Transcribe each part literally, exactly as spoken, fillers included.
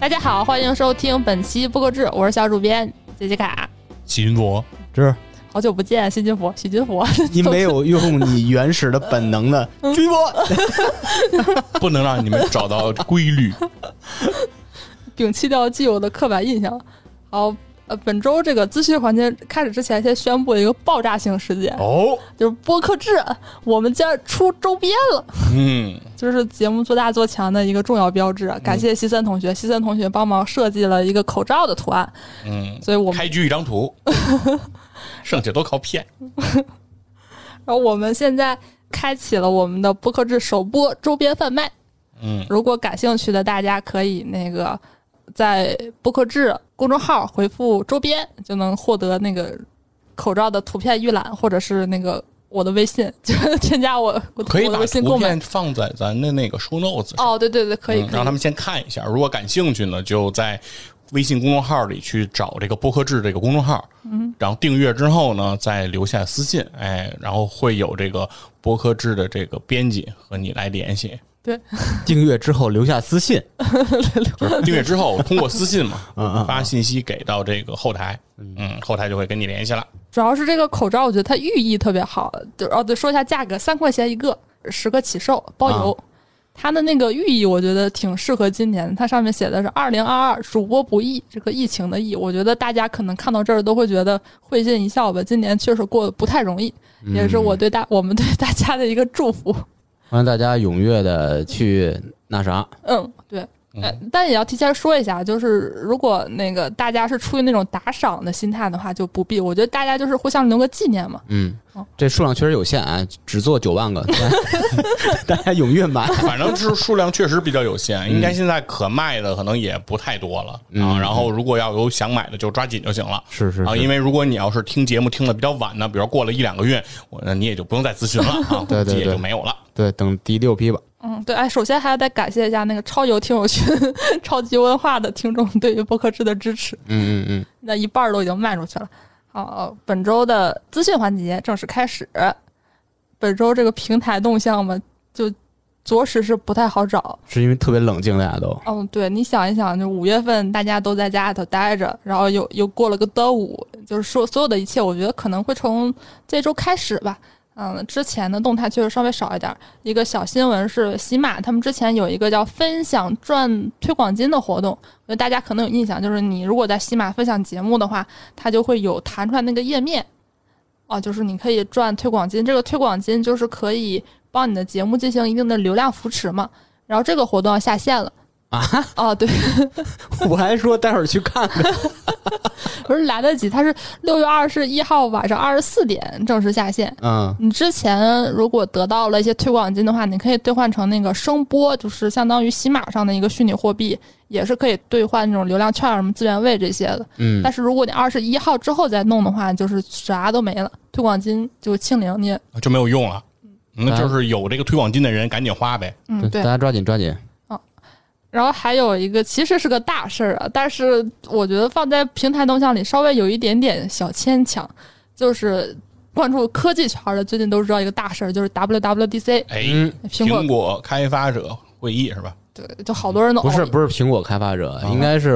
大家好，欢迎收听本期播客志，我是小主编杰杰卡。 细菌佛， 这好久不见，细菌佛，细菌佛， 你没有用你原始的本能的追我， 不能让你们找到规律， 摒弃掉既有的刻板印象。好，呃，本周这个资讯环节开始之前，先宣布一个爆炸性事件哦， 就是播客志，我们将出周边了。 嗯， 就是节目做大做强的一个重要标志。感谢西森同学，西森同学帮忙设计了一个口罩的图案。 嗯， 所以我们开局一张图，剩下都靠骗。 然后我们现在开启了我们的播客志首播周边贩卖。 嗯， 如果感兴趣的大家可以那个在播客志公众号回复周边，就能获得那个口罩的图片预览，或者是那个我的微信，就添加我可以把我的微信购买。 图片放在咱的那个 show notes 上。 哦，对对对，可以， 嗯， 可以让他们先看一下。如果感兴趣呢，就在微信公众号里去找这个播客志这个公众号，嗯，然后订阅之后呢，再留下私信，哎，然后会有这个播客志的这个编辑和你来联系。 对， 订阅之后留下私信， 就是订阅之后通过私信嘛， 嗯嗯发信息给到这个后台，嗯，后台就会跟你联系了。 主要是这个口罩，我觉得它寓意特别好。就哦，对，说一下价格，三块钱一个，十个起售，包邮。啊，它的那个寓意，我觉得挺适合今年。它上面写的是二零二二主播不易，这个疫情的疫，我觉得大家可能看到这儿都会觉得会心一笑吧。今年确实过得不太容易， 嗯、 也是我对大我们对大家的一个祝福。 欢迎大家踊跃的去那啥， 嗯，对。呃，但也要提前说一下，就是如果那个大家是出于那种打赏的心态的话，就不必。我觉得大家就是互相留个纪念嘛。 嗯，这数量确实有限啊，只做九万个，大家踊跃买。 反正是数量确实比较有限，应该现在可卖的可能也不太多了、 嗯、 啊。然后如果要有想买的，就抓紧就行了。 是 是, 是啊，因为如果你要是听节目听的比较晚呢，比如过了一两个月，我你也就不用再咨询了啊， 对对对， 也就没有了。 对，等第六批吧。 嗯，对，哎，首先还要再感谢一下那个超有听友群、超级文化的听众对于播客志的支持。 嗯嗯嗯， 那一半都已经卖出去了。好，本周的资讯环节正式开始。本周这个平台动向嘛，就着实是不太好找， 是因为特别冷静，大家都。 嗯，对，你想一想，就五月份大家都在家里头待着，然后又又过了个端午，就是说所有的一切，我觉得可能会从这周开始吧。嗯，之前的动态确实稍微少一点。一个小新闻是喜马他们之前有一个叫分享赚推广金的活动，我觉得大家可能有印象，就是你如果在喜马分享节目的话，它就会有弹出来那个页面，哦，就是你可以赚推广金。这个推广金就是可以帮你的节目进行一定的流量扶持嘛。然后这个活动要下线了。 啊， 哦，对， 我还说待会儿去看看， 不是来得及，它是六月二十一号晚上二十四点正式下线。 嗯， 你之前如果得到了一些推广金的话，你可以兑换成那个声波，就是相当于喜马上的一个虚拟货币，也是可以兑换那种流量券、什么资源位这些的。 嗯， 但是如果你二十一号之后再弄的话，就是啥都没了，推广金就清零，你就没有用了。那就是有这个推广金的人赶紧花呗。 嗯，对， 大家抓紧抓紧。 然后还有一个其实是个大事儿啊，但是我觉得放在平台动向里稍微有一点点小牵强，就是关注科技圈的最近都知道一个大事儿，就是 W W D C。 哎、 嗯， 苹果苹果开发者会议是吧？ 对，就好多人都不是不是苹果开发者、哦、应该是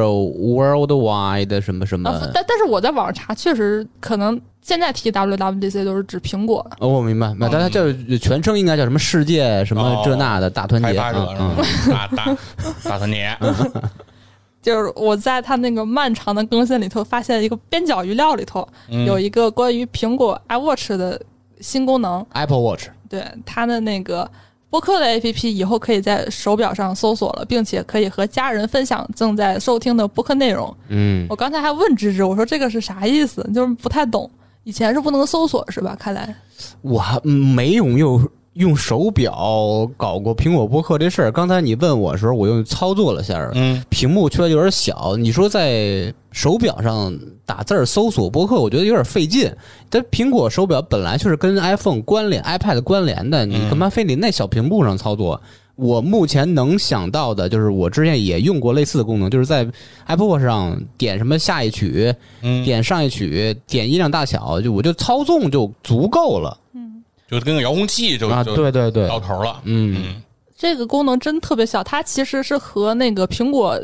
Worldwide 什么什么、 啊、但但是我在网上查，确实可能现在提 W W D C 都是指苹果。 哦，我明白，但它叫全称应该叫什么世界什么这那的大团结、 哦、开发者、 嗯、 大大大团结。 就是我在它那个漫长的更新里头发现一个边角余料里头、嗯、有一个关于苹果 iWatch 的新功能 Apple Watch。 对，它的那个播客的 A P P 以后可以在手表上搜索了，并且可以和家人分享正在收听的播客内容。 嗯， 我刚才还问芝芝，我说这个是啥意思，就是不太懂。以前是不能搜索是吧？看来我没有用用手表搞过苹果播客这事儿。刚才你问我的时候，我用操作了下，嗯，屏幕确实有点小。你说在手表上打字搜索播客，我觉得有点费劲。但苹果手表本来就是跟 iPhone 关联、iPad 关联的，你干嘛非得那小屏幕上操作？我目前能想到的就是我之前也用过类似的功能，就是在 Apple Watch 上点什么下一曲、嗯、点上一曲，点音量大小，就我就操纵就足够了。 嗯， 就跟个遥控器就、 啊、对对对， 到头了。 嗯， 这个功能真特别小，它其实是和那个苹果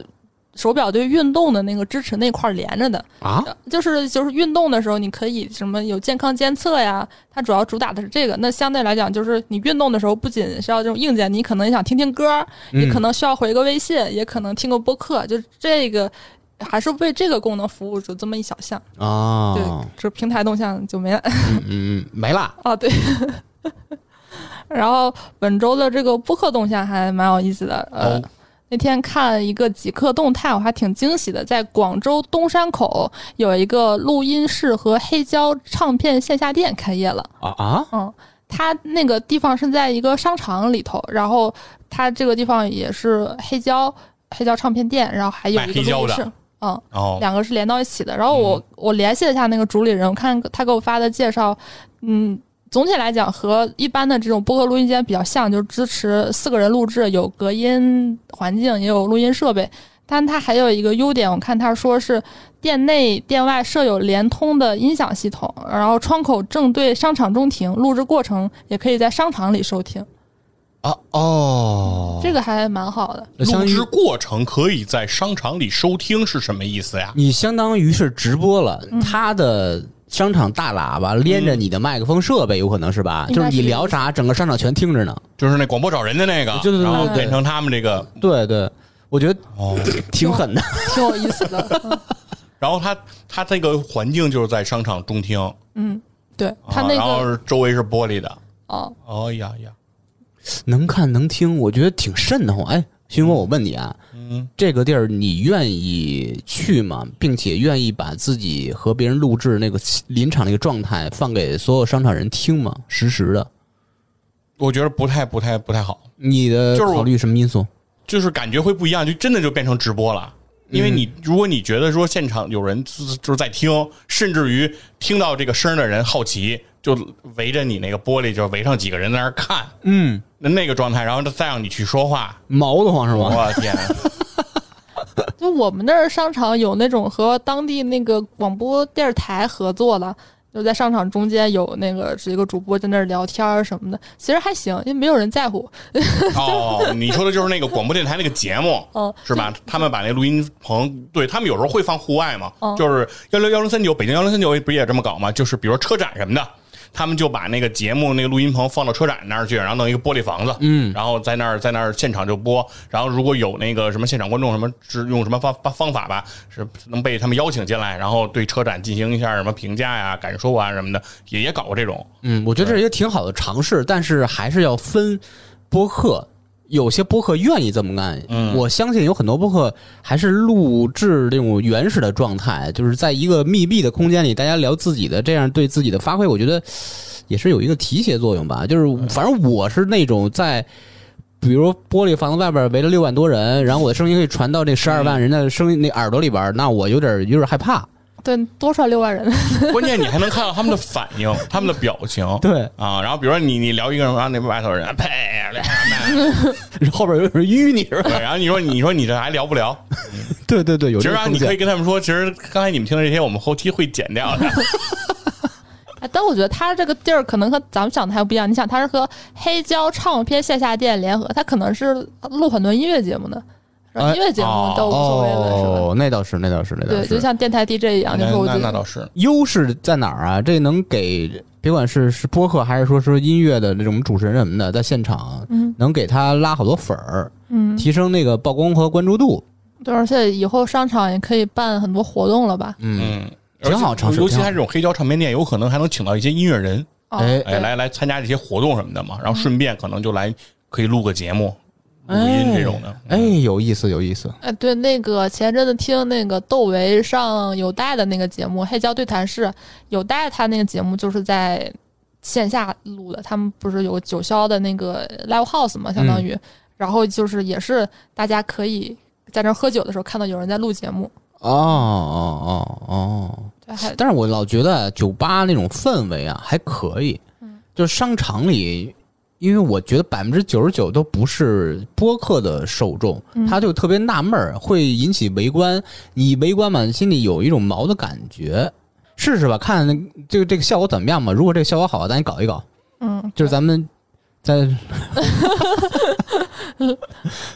手表对运动的那个支持那块连着的啊， 就是就是运动的时候，你可以什么有健康监测呀，它主要主打的是这个。那相对来讲，就是你运动的时候，不仅是要这种硬件，你可能想听听歌，你可能需要回个微信，嗯、也可能听个播客，就这个还是为这个功能服务，就这么一小项啊、哦。 对，这平台动向就没了。 嗯嗯，没了。 哦，对。然后本周的这个播客动向还蛮有意思的，呃。哦，那天看一个极客动态，我还挺惊喜的。在广州东山口有一个录音室和黑胶唱片线下店开业了啊啊！ 嗯，它那个地方是在一个商场里头，然后它这个地方也是黑胶黑胶唱片店，然后还有一个录音室，嗯，哦，两个是连到一起的。然后我、嗯、我联系了一下那个主理人，我看他给我发的介绍，嗯。总体来讲和一般的这种播客录音间比较像，就是支持四个人录制，有隔音环境，也有录音设备。但它还有一个优点，我看他说是店内店外设有联通的音响系统，然后窗口正对商场中庭，录制过程也可以在商场里收听。 啊哦， 这个还蛮好的。 录制过程可以在商场里收听是什么意思呀？ 你相当于是直播了，嗯、它的商场大喇叭连着你的麦克风设备，有可能是吧？ 嗯、 就是你聊啥，整个商场全听着呢。 就是那广播找人的那个， 对对对， 然后变成他们这个， 对对，我觉得哦， 挺狠的， 挺有意思的。嗯、 然后他他这个环境就是在商场中厅， 嗯，对他那个， 然后周围是玻璃的， 哦， 哦呀呀， 能看能听，我觉得挺瘆得慌。哎，勋哥，我问你啊。 嗯， 这个地儿你愿意去吗？并且愿意把自己和别人录制那个临场那个状态放给所有商场人听吗？实时的， 我觉得不太不太不太好。 你的考虑什么因素？ 就是、就是感觉会不一样，就真的就变成直播了。因为你如果你觉得说现场有人就是在听，甚至于听到这个声的人好奇，就围着你那个玻璃，就围上几个人在那儿看， 嗯， 那那个状态，然后再让你去说话， 毛得慌是吧？ 我天！ 就我们那儿商场有那种和当地那个广播电视台合作的，就在商场中间有那个是一个主播在那儿聊天什么的，其实还行，因为没有人在乎。 哦，你说的就是那个广播电台那个节目， 嗯， 是吧？他们把那录音棚，对他们有时候会放户外嘛，嗯、就是幺六幺零三九，北京幺零三九不也这么搞吗？就是比如车展什么的。他们就把那个节目那个录音棚放到车展那儿去，然后弄一个玻璃房子， 嗯， 然后在那儿在那儿现场就播，然后如果有那个什么现场观众什么是用什么方方法吧，是能被他们邀请进来，然后对车展进行一下什么评价呀、感受啊什么的，也也搞过这种。 嗯，我觉得这是一个挺好的尝试，但是还是要分播客。有些播客愿意这么干， 嗯， 我相信有很多播客还是录制这种原始的状态，就是在一个密闭的空间里，大家聊自己的，这样对自己的发挥，我觉得也是有一个提携作用吧。就是反正我是那种在，比如玻璃房子外边围了六万多人，然后我的声音可以传到这十二万人的声音那耳朵里边，那我有点有点害怕。 对，多少六万人？ 关键你还能看到他们的反应，他们的表情。 对啊，然后比如说你你聊一个人啊，那外头人呸， 后边有人淤你是吧？ 对，然后你说你说你这还聊不聊？ 对对对，有其实啊，你可以跟他们说，其实刚才你们听的这些，我们后期会剪掉的。 但我觉得他这个地儿可能和咱们想的还不一样。你想，他是和黑胶唱片线下店联合，他可能是录很多音乐节目的。音乐节目都无所谓了， 哦、 是吧？ 那倒是，那倒是，那倒是。 对，就像电台 D J 一样，就是我觉得那倒是。 优势在哪儿啊？这能给别管是是播客还是说是音乐的那种主持人什么的，在现场， 嗯， 能给他拉好多粉儿， 嗯， 提升那个曝光和关注度。 对，而且以后商场也可以办很多活动了吧？ 嗯，挺好尝试。 尤其他这种黑胶唱片店，有可能还能请到一些音乐人， 哦、 哎哎，来来参加这些活动什么的嘛，然后顺便可能就来可以录个节目。录音这种的， 哎，有意思，有意思。 哎，对，那个前阵子听那个窦唯上有代的那个节目《黑胶对谈室》，有代他那个节目就是在线下录的，他们不是有九霄的那个 live house 嘛，相当于，嗯、然后就是也是大家可以在那喝酒的时候看到有人在录节目。 哦哦哦哦，但是我老觉得酒吧那种氛围啊还可以， 嗯， 就是商场里。因为我觉得百分之九十九都不是播客的受众， 嗯、 他就特别纳闷儿，会引起围观。你围观嘛，心里有一种毛的感觉，试试吧，看这个这个效果怎么样嘛。如果这个效果好，咱也搞一搞。 嗯， 就是咱们在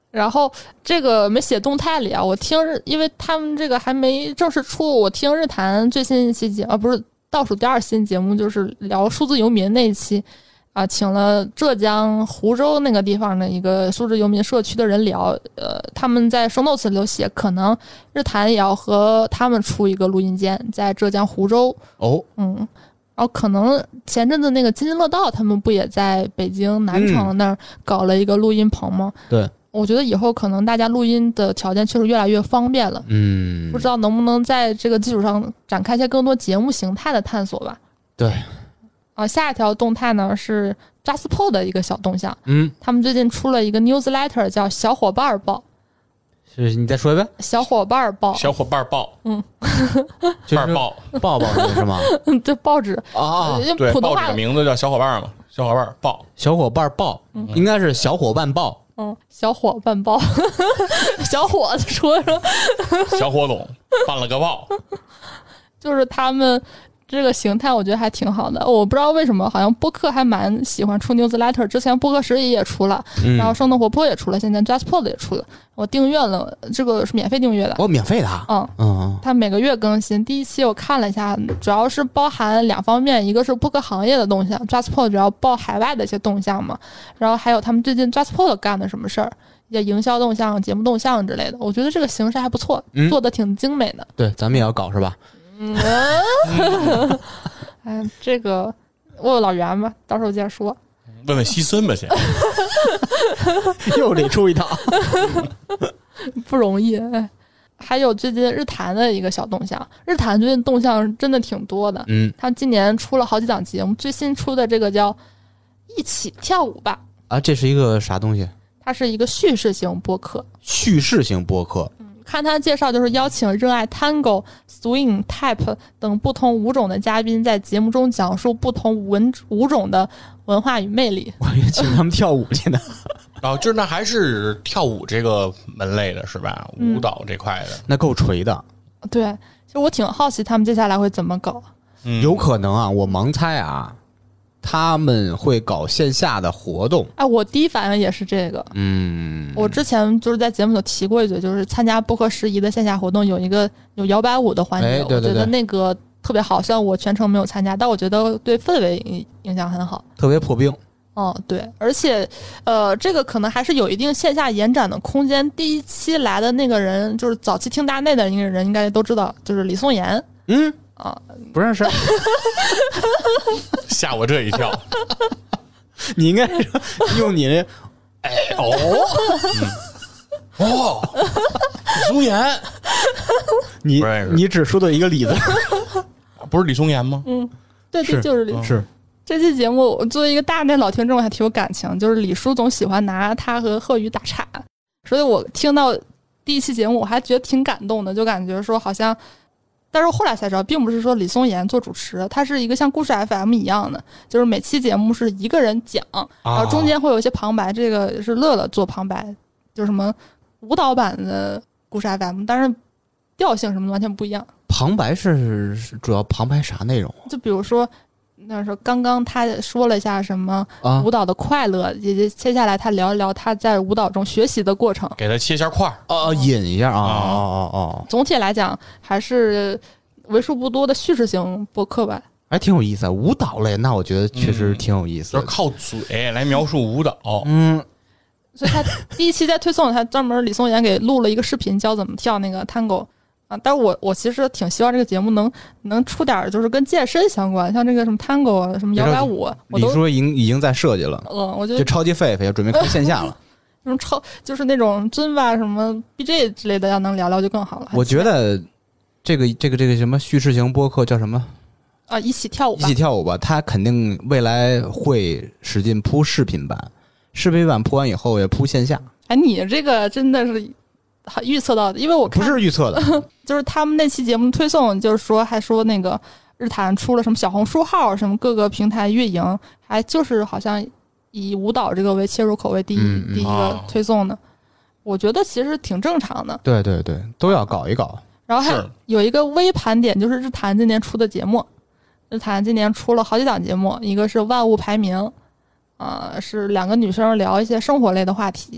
然后这个没写动态里啊，我听日，因为他们这个还没正式出，我听日坛最新一期节，啊不是倒数第二新节目，就是聊数字游民那一期啊，请了浙江湖州那个地方的一个数字游民社区的人聊，呃，他们在show notes里头写，可能日坛也要和他们出一个录音间，在浙江湖州哦， 嗯，然后可能前阵子那个津津乐道他们不也在北京南城那儿搞了一个录音棚吗？ 嗯、对。 我觉得以后可能大家录音的条件确实越来越方便了， 嗯， 不知道能不能在这个基础上展开一些更多节目形态的探索吧。 对， 啊，下一条动态呢是 JustPod 的一个小动向， 嗯， 他们最近出了一个 newsletter 叫小伙伴报， 是你再说一遍， 小伙伴报， 小伙伴报， 嗯， 伴报报报是吗？ 这报纸啊， 对， 普通话报纸的名字叫小伙伴嘛，小伙伴报， 小伙伴报，嗯、应该是小伙伴报。 嗯，小伙伴报，小伙子说说， 小伙总办了个报， 就是他们这个形态，我觉得还挺好的。我不知道为什么，好像播客还蛮喜欢出 newsletter。之前播客十一也出了， 嗯、 然后生动活泼也出了，现在 JustPod 也出了。我订阅了，这个是免费订阅的。 哦，免费的、啊。 嗯嗯， 它每个月更新。第一期我看了一下，主要是包含两方面，一个是播客行业的动向 ，JustPod 主要报海外的一些动向嘛，然后还有他们最近 JustPod 干的什么事儿，一些营销动向、节目动向之类的。我觉得这个形式还不错， 嗯、 做的挺精美的。 对，咱们也要搞是吧？ 嗯，哎，这个问问老袁吧，到时候接着说。 问问西森吧，先。 又得出一套， 不容易。哎，还有最近日坛的一个小动向，日坛最近动向真的挺多的。 嗯， 他今年出了好几档节目，最新出的这个叫《一起跳舞吧》 啊，这是一个啥东西？ 它是一个叙事型播客。 叙事型播客。 看他介绍，就是邀请热爱 Tango、Swing、Tap 等不同舞种的嘉宾，在节目中讲述不同文舞种的文化与魅力。 我以为请他们跳舞去呢。 哦，就是那还是跳舞这个门类的是吧？舞蹈这块的， 嗯、 那够锤的。 对，其实我挺好奇他们接下来会怎么搞。 嗯、 有可能啊，我盲猜啊。他们会搞线下的活动， 哎，我第一反应也是这个。 嗯， 我之前就是在节目里提过一嘴，就是参加播客十一的线下活动，有一个有摇摆舞的环节， 哎、对对对， 我觉得那个特别好。虽然我全程没有参加，但我觉得对氛围影响很好， 特别破冰。 哦，对，而且呃，这个可能还是有一定线下延展的空间。第一期来的那个人，就是早期听大内的一个人，应该都知道，就是李颂妍。 嗯。 啊， 不认识， 吓我这一跳。 你应该用你的， 哎哦，嗯、哦，李松岩， 你你只说的一个例子， 不是李松岩吗？ 嗯，对对，就是李。 是这期节目，我作为一个大内老听众，还挺有感情。就是李叔总喜欢拿他和贺宇打岔，所以我听到第一期节目，我还觉得挺感动的，就感觉说好像。但是后来才知道，并不是说李松岩做主持，他是一个像故事 F M 一样的，就是每期节目是一个人讲，然后中间会有一些旁白，这个是乐乐做旁白，就是什么舞蹈版的故事 F M， 但是调性什么的完全不一样。 旁白是主要旁白啥内容？ 就比如说那时候刚刚他说了一下什么舞蹈的快乐，也、啊、接下来他聊一聊他在舞蹈中学习的过程， 给他切一下块哦，引一下啊哦哦哦。 总体来讲还是为数不多的叙事型播客吧， 还挺有意思。舞蹈类，那我觉得确实挺有意思的， 嗯、就是靠嘴来描述舞蹈。 嗯， 所以他第一期在推送，他专门李松岩给录了一个视频，教怎么跳那个 Tango。啊，但是我我其实挺希望这个节目能能出点就是跟健身相关，像这个什么 Tango 啊，什么摇摆舞，我都你说已经已经在设计了， 嗯，我觉得就超级狒狒要准备开线下了， 什么超就是那种尊吧什么 B J 之类的，要能聊聊就更好了。 我觉得这个这个这个什么叙事型播客叫什么啊？一起跳舞吧， 一起跳舞吧，它肯定未来会使劲铺视频版，视频版铺完以后也铺线下。 哎，你这个真的是。预测到的，因为我看不是预测的， 就是他们那期节目推送，就是说还说那个日坛出了什么小红书号，什么各个平台运营，还就是好像以舞蹈这个为切入口为第一、 嗯嗯、 第一个推送的，我觉得其实挺正常的。 对对对，都要搞一搞。 然后还有一个微盘点，就是日坛今年出的节目，日坛今年出了好几档节目，一个是万物排名，啊、呃，是两个女生聊一些生活类的话题。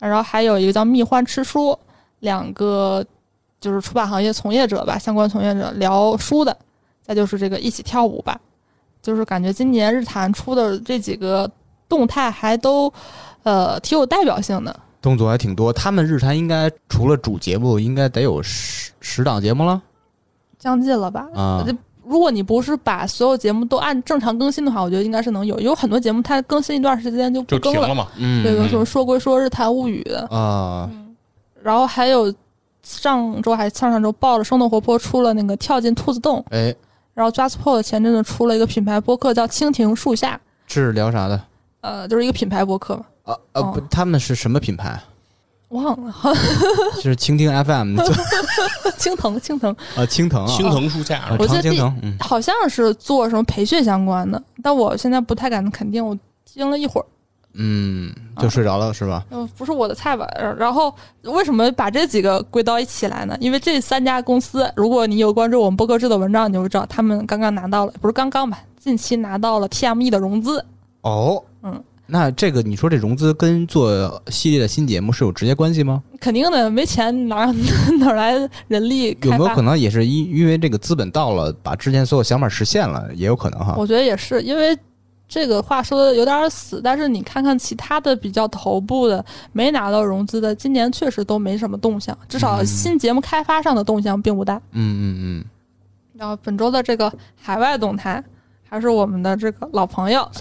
然后还有一个叫蜜獾吃书，两个就是出版行业从业者吧，相关从业者聊书的。再就是这个一起跳舞吧，就是感觉今年日坛出的这几个动态还都呃挺有代表性的， 动作还挺多。他们日坛应该除了主节目，应该得有十十档节目了， 将近了吧？ 啊， 如果你不是把所有节目都按正常更新的话，我觉得应该是能有。有很多节目它更新一段时间就不更了， 就停了嘛。 嗯， 对，有什么说归说、日坛物语的啊、 嗯，然后还有上周还是上上周爆了生动活泼出了那个跳进兔子洞， 哎， 然后 JustPod 前阵子出了一个品牌播客叫蜻蜓树下， 是聊啥的？ 呃，就是一个品牌播客嘛。 啊啊不， 哦他们是什么品牌？ 忘了， 就是蜻蜓 F M 青藤青藤啊，青藤啊， 青藤树下啊， 我记得长青藤，嗯， 好像是做什么培训相关的，但我现在不太敢肯定，我听了一会儿。 嗯，就睡着了、啊、是吧？ 呃，不是我的菜吧？然后为什么把这几个归到一起来呢？因为这三家公司，如果你有关注我们播客制的文章，你就会知道他们刚刚拿到了，不是刚刚吧？近期拿到了 T M E 的融资。 哦， 嗯， 那这个你说这融资跟做系列的新节目是有直接关系吗？ 肯定的，没钱哪哪来人力开发？ 有没有可能也是因因为这个资本到了，把之前所有想法实现了，也有可能哈。 我觉得也是，因为这个话说的有点死，但是你看看其他的比较头部的没拿到融资的，今年确实都没什么动向，至少新节目开发上的动向并不大。 嗯嗯嗯。 然后本周的这个海外动态，还是我们的这个老朋友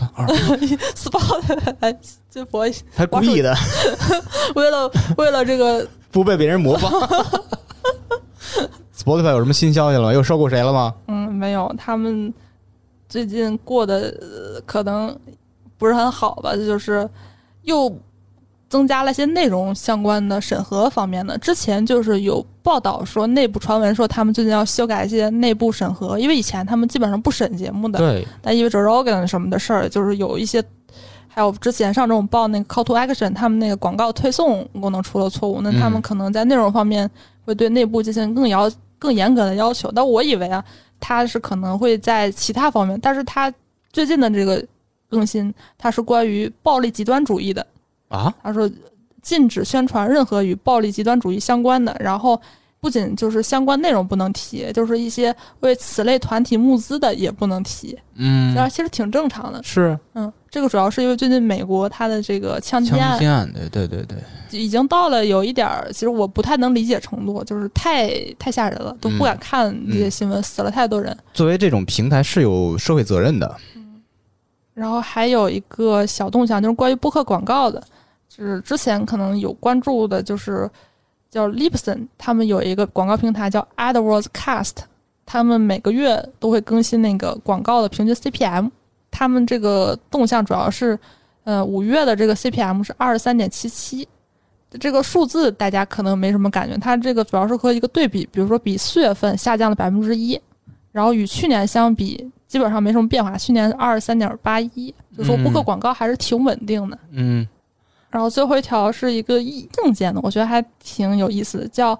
Spot 来就博， 他故意的， 为了为了这个不被别人模仿。Spotify 有什么新消息了吗？又收购谁了吗？ 嗯，没有，他们最近过得、呃、可能不是很好吧，就是又增加了一些内容相关的审核方面的。之前就是有报道说，内部传闻说他们最近要修改一些内部审核，因为以前他们基本上不审节目的。 对。 但因为 Joe Rogan 什么的事儿，就是有一些，还有之前上周我们报那个 Call to Action， 他们那个广告推送功能出了错误，那他们可能在内容方面会对内部进行更要更严格的要求。但我以为啊，他是可能会在其他方面，但是他最近的这个更新，它是关于暴力极端主义的啊。 他说禁止宣传任何与暴力极端主义相关的，然后不仅就是相关内容不能提，就是一些为此类团体募资的也不能提。 嗯， 然后其实挺正常的。 是， 嗯，这个主要是因为最近美国它的这个枪击案， 枪击案，对对对对， 已经到了有一点儿，其实我不太能理解程度，就是太太吓人了，都不敢看这些新闻，嗯、死了太多人。 作为这种平台是有社会责任的。 嗯，然后还有一个小动向，就是关于播客广告的，就是之前可能有关注的，就是叫 Libsyn， 他们有一个广告平台叫 AdWords Cast， 他们每个月都会更新那个广告的平均 C P M。他们这个动向主要是，呃，五月的这个 C P M 是二十三点七七，这个数字大家可能没什么感觉，它这个主要是和一个对比，比如说比四月份下降了百分之一，然后与去年相比基本上没什么变化，去年是二十三点八一，就说播客广告还是挺稳定的。 嗯。 然后最后一条是一个硬件的，我觉得还挺有意思的，叫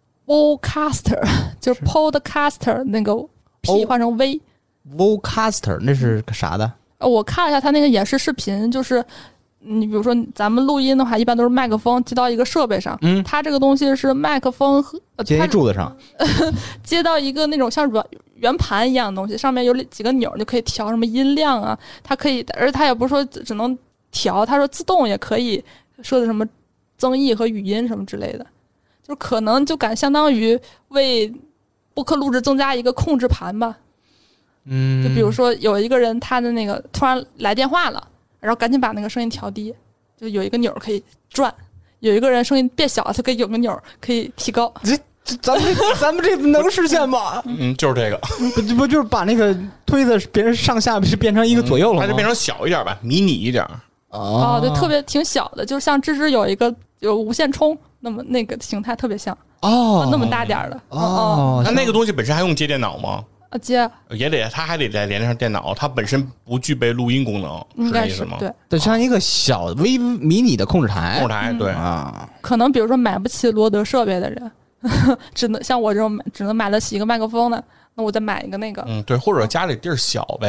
Vocaster， 就是 Podcaster 那个 P 换成 V。Vocaster 那是个啥的？ 我看了一下，它那个演示视频，就是你比如说咱们录音的话，一般都是麦克风接到一个设备上， 嗯， 它这个东西是麦克风和、呃、 接一柱子上， 接到一个那种像圆盘一样的东西，上面有几个钮，就可以调什么音量啊，它可以，而且它也不是说只能调，它说自动也可以设的什么增益和语音什么之类的，就可能就感相当于为播客录制增加一个控制盘吧。 嗯， 就比如说有一个人他的那个突然来电话了，然后赶紧把那个声音调低，就有一个钮可以转；有一个人声音变小，他可以有个钮可以提高。 这这咱们这咱们这能实现吗？ 嗯，就是这个， 不不就是把那个推的别人上下是变成一个左右了吗？ 它就变成小一点吧，迷你一点。 哦，对，特别挺小的，就像芝芝有一个有无线充，那么那个形态特别像哦， 那么大点的哦。 那那个东西本身还用接电脑吗？ 啊，接也得，它还得再连上电脑，它本身不具备录音功能， 应该是吗？ 对， 对，像一个小微迷你的控制台， 控制台，对啊。 可能比如说买不起罗德设备的人，呵呵只能像我这种只能买得起一个麦克风的，那我再买一个那个。 嗯，对，或者家里地儿小呗，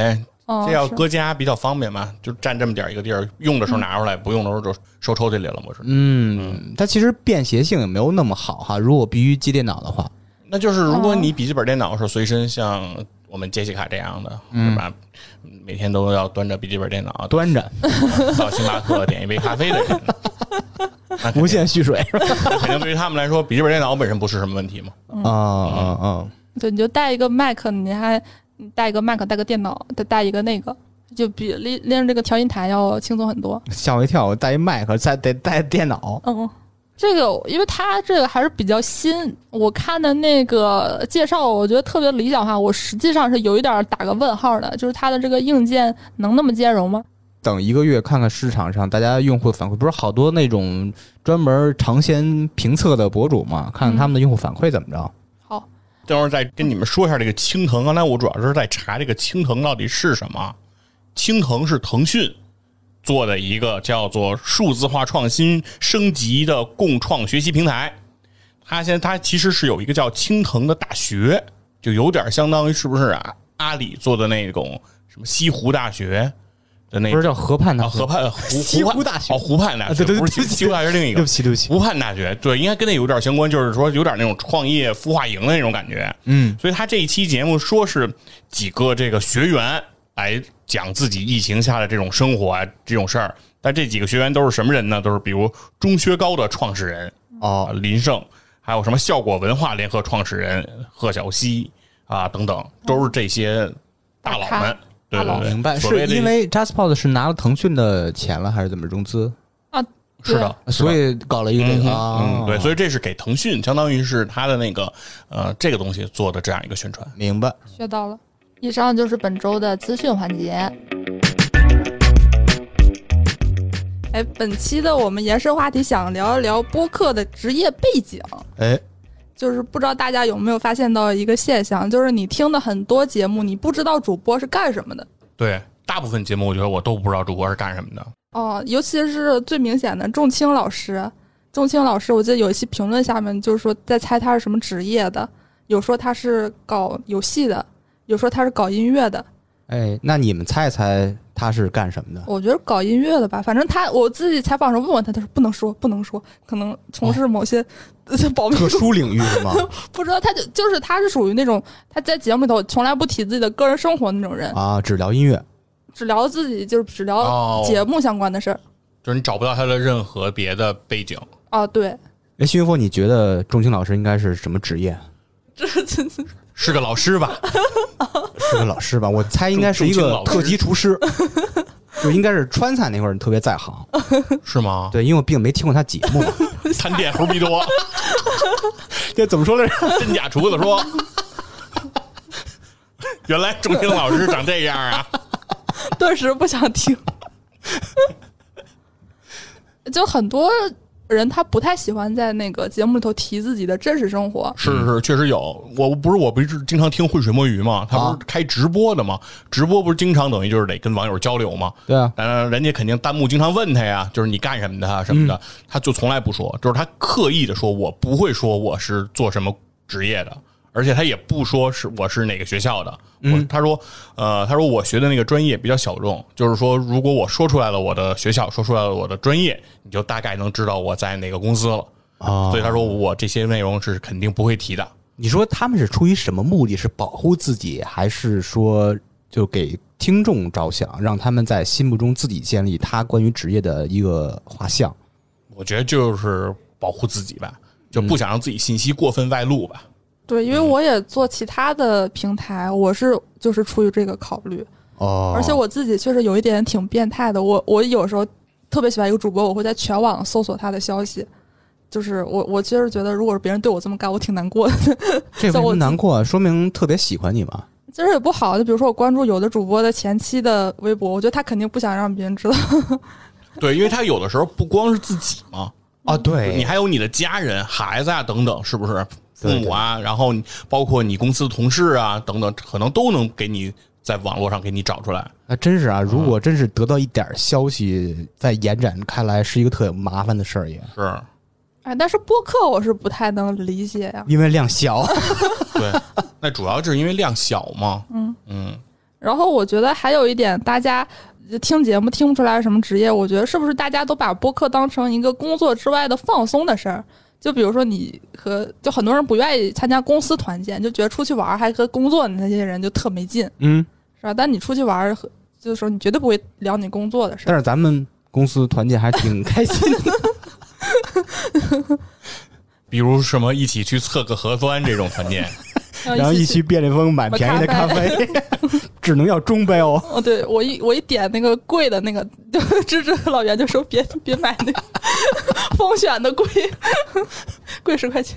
哦， 这要搁家比较方便嘛，就占这么点一个地儿，用的时候拿出来，不用的时候就收抽屉里了，不是？ 嗯，它其实便携性也没有那么好哈。如果必须接电脑的话， 那就是如果你笔记本电脑是随身，像我们杰西卡这样的， 嗯、 是吧？每天都要端着笔记本电脑， 端着到星巴克点一杯咖啡的人， 无限蓄水， 那肯定对于他们来说，笔记本电脑本身不是什么问题嘛。 啊啊啊！ 对，你就带一个 Mac， 你还你带一个 Mac， 带个电脑，再带一个那个，就比拎拎着这个调音台要轻松很多。 吓我一跳，我带一 Mac， 再得带电脑。 嗯，这个因为它这个还是比较新，我看的那个介绍，我觉得特别理想化。我实际上是有一点打个问号的，就是它的这个硬件能那么兼容吗？ 等一个月看看市场上大家用户反馈，不是好多那种专门尝鲜评测的博主嘛，看看他们的用户反馈怎么着。嗯等会儿再跟你们说一下这个青藤。刚才我主要是在查这个青藤到底是什么。青藤是腾讯做的一个叫做数字化创新升级的共创学习平台。它现在它其实是有一个叫青藤的大学，就有点相当于是不是啊阿里做的那种什么西湖大学的那不是叫河畔大学， 哦、河畔湖西湖大学哦，湖畔大学， 对对对， 不是西湖大学另一个， 对不起对不起， 湖畔大学，对，应该跟那有点相关，就是说有点那种创业孵化营的那种感觉， 嗯， 所以他这一期节目说是几个这个学员来讲自己疫情下的这种生活啊这种事儿，但这几个学员都是什么人呢？都是比如中薛高的创始人哦、 呃、林胜，还有什么效果文化联合创始人贺小西啊等等，都是这些大佬们。对对对， 明白，是因为 JustPod 是拿了腾讯的钱了，还是怎么融资啊？ 是的， 所以搞了一个这个、 嗯啊、 嗯，对，所以这是给腾讯，相当于是他的那个呃这个东西做的这样一个宣传。 明白， 学到了。以上就是本周的资讯环节。哎，本期的我们延伸话题想聊一聊播客的职业背景。 哎。 就是不知道大家有没有发现到一个现象，就是你听的很多节目，你不知道主播是干什么的。 对，大部分节目我觉得我都不知道主播是干什么的。 哦，尤其是最明显的仲青老师，仲青老师，我记得有一期评论下面就是说在猜他是什么职业的，有说他是搞游戏的，有说他是搞音乐的。 哎，那你们猜一猜他是干什么的？ 我觉得搞音乐的吧，反正他我自己采访时候问问他，他说不能说，不能说，可能从事某些、哦、保密特殊领域是吗？ 不知道，他就就是他是属于那种他在节目里头从来不提自己的个人生活那种人啊，只聊音乐， 只聊自己，就是只聊节目相关的事儿、哦， 就是你找不到他的任何别的背景啊。对， 哎，徐云峰，你觉得仲青老师应该是什么职业？ 这这是个老师吧？ 是个老师吧？我猜应该是一个特级厨师，就应该是川菜那块儿特别在行， 是吗？ 对，因为我并没听过他节目。 探店猴逼多， 这怎么说来着？ 真假厨子说，原来仲青老师长这样啊！ 顿时不想听。就很多人他不太喜欢在那个节目里头提自己的真实生活。 是是，确实有。我不是我不是经常听浑水摸鱼吗？他不是开直播的吗？直播不是经常等于就是得跟网友交流吗？ 对啊， 当然人家肯定弹幕经常问他呀，就是你干什么的啊什么的，嗯、他就从来不说，就是他刻意的说，我不会说我是做什么职业的。而且他也不说是我是哪个学校的，嗯，他说，呃，他说我学的那个专业比较小众，就是说，如果我说出来了我的学校，说出来了我的专业，你就大概能知道我在哪个公司了啊。所以他说我这些内容是肯定不会提的。 你说他们是出于什么目的？是保护自己，还是说就给听众着想，让他们在心目中自己建立他关于职业的一个画像？ 我觉得就是保护自己吧，就不想让自己信息过分外露吧。 对，因为我也做其他的平台，我是就是出于这个考虑哦。 而且我自己确实有一点挺变态的，我我有时候特别喜欢一个主播，我会在全网搜索他的消息。就是我我确实觉得，如果是别人对我这么干，我挺难过的。 这为什么难过？说明特别喜欢你嘛。 其实也不好，就比如说我关注有的主播的前期的微博，我觉得他肯定不想让别人知道。 对，因为他有的时候不光是自己嘛， 啊，对， 你还有你的家人、孩子啊等等，是不是？父母啊，然后包括你公司的同事啊等等，可能都能给你在网络上给你找出来。 那真是啊，如果真是得到一点消息，嗯、再延展开来，是一个特麻烦的事儿也是。 哎，但是播客我是不太能理解呀， 因为量小。 对，那主要就是因为量小嘛。嗯嗯。 然后我觉得还有一点，大家听节目听不出来什么职业，我觉得是不是大家都把播客当成一个工作之外的放松的事儿？就比如说你和就很多人不愿意参加公司团建，就觉得出去玩还和工作的那些人就特没劲， 嗯， 是吧？但你出去玩，就是说你绝对不会聊你工作的事儿。 但是咱们公司团建还挺开心的。 比如什么一起去测个核酸这种团建， 然后一起便利蜂买便宜的咖啡，只能要中杯哦。 哦，对，我一我一点那个贵的那个，就芝芝老袁就说别别买那个风选的贵，贵十块钱。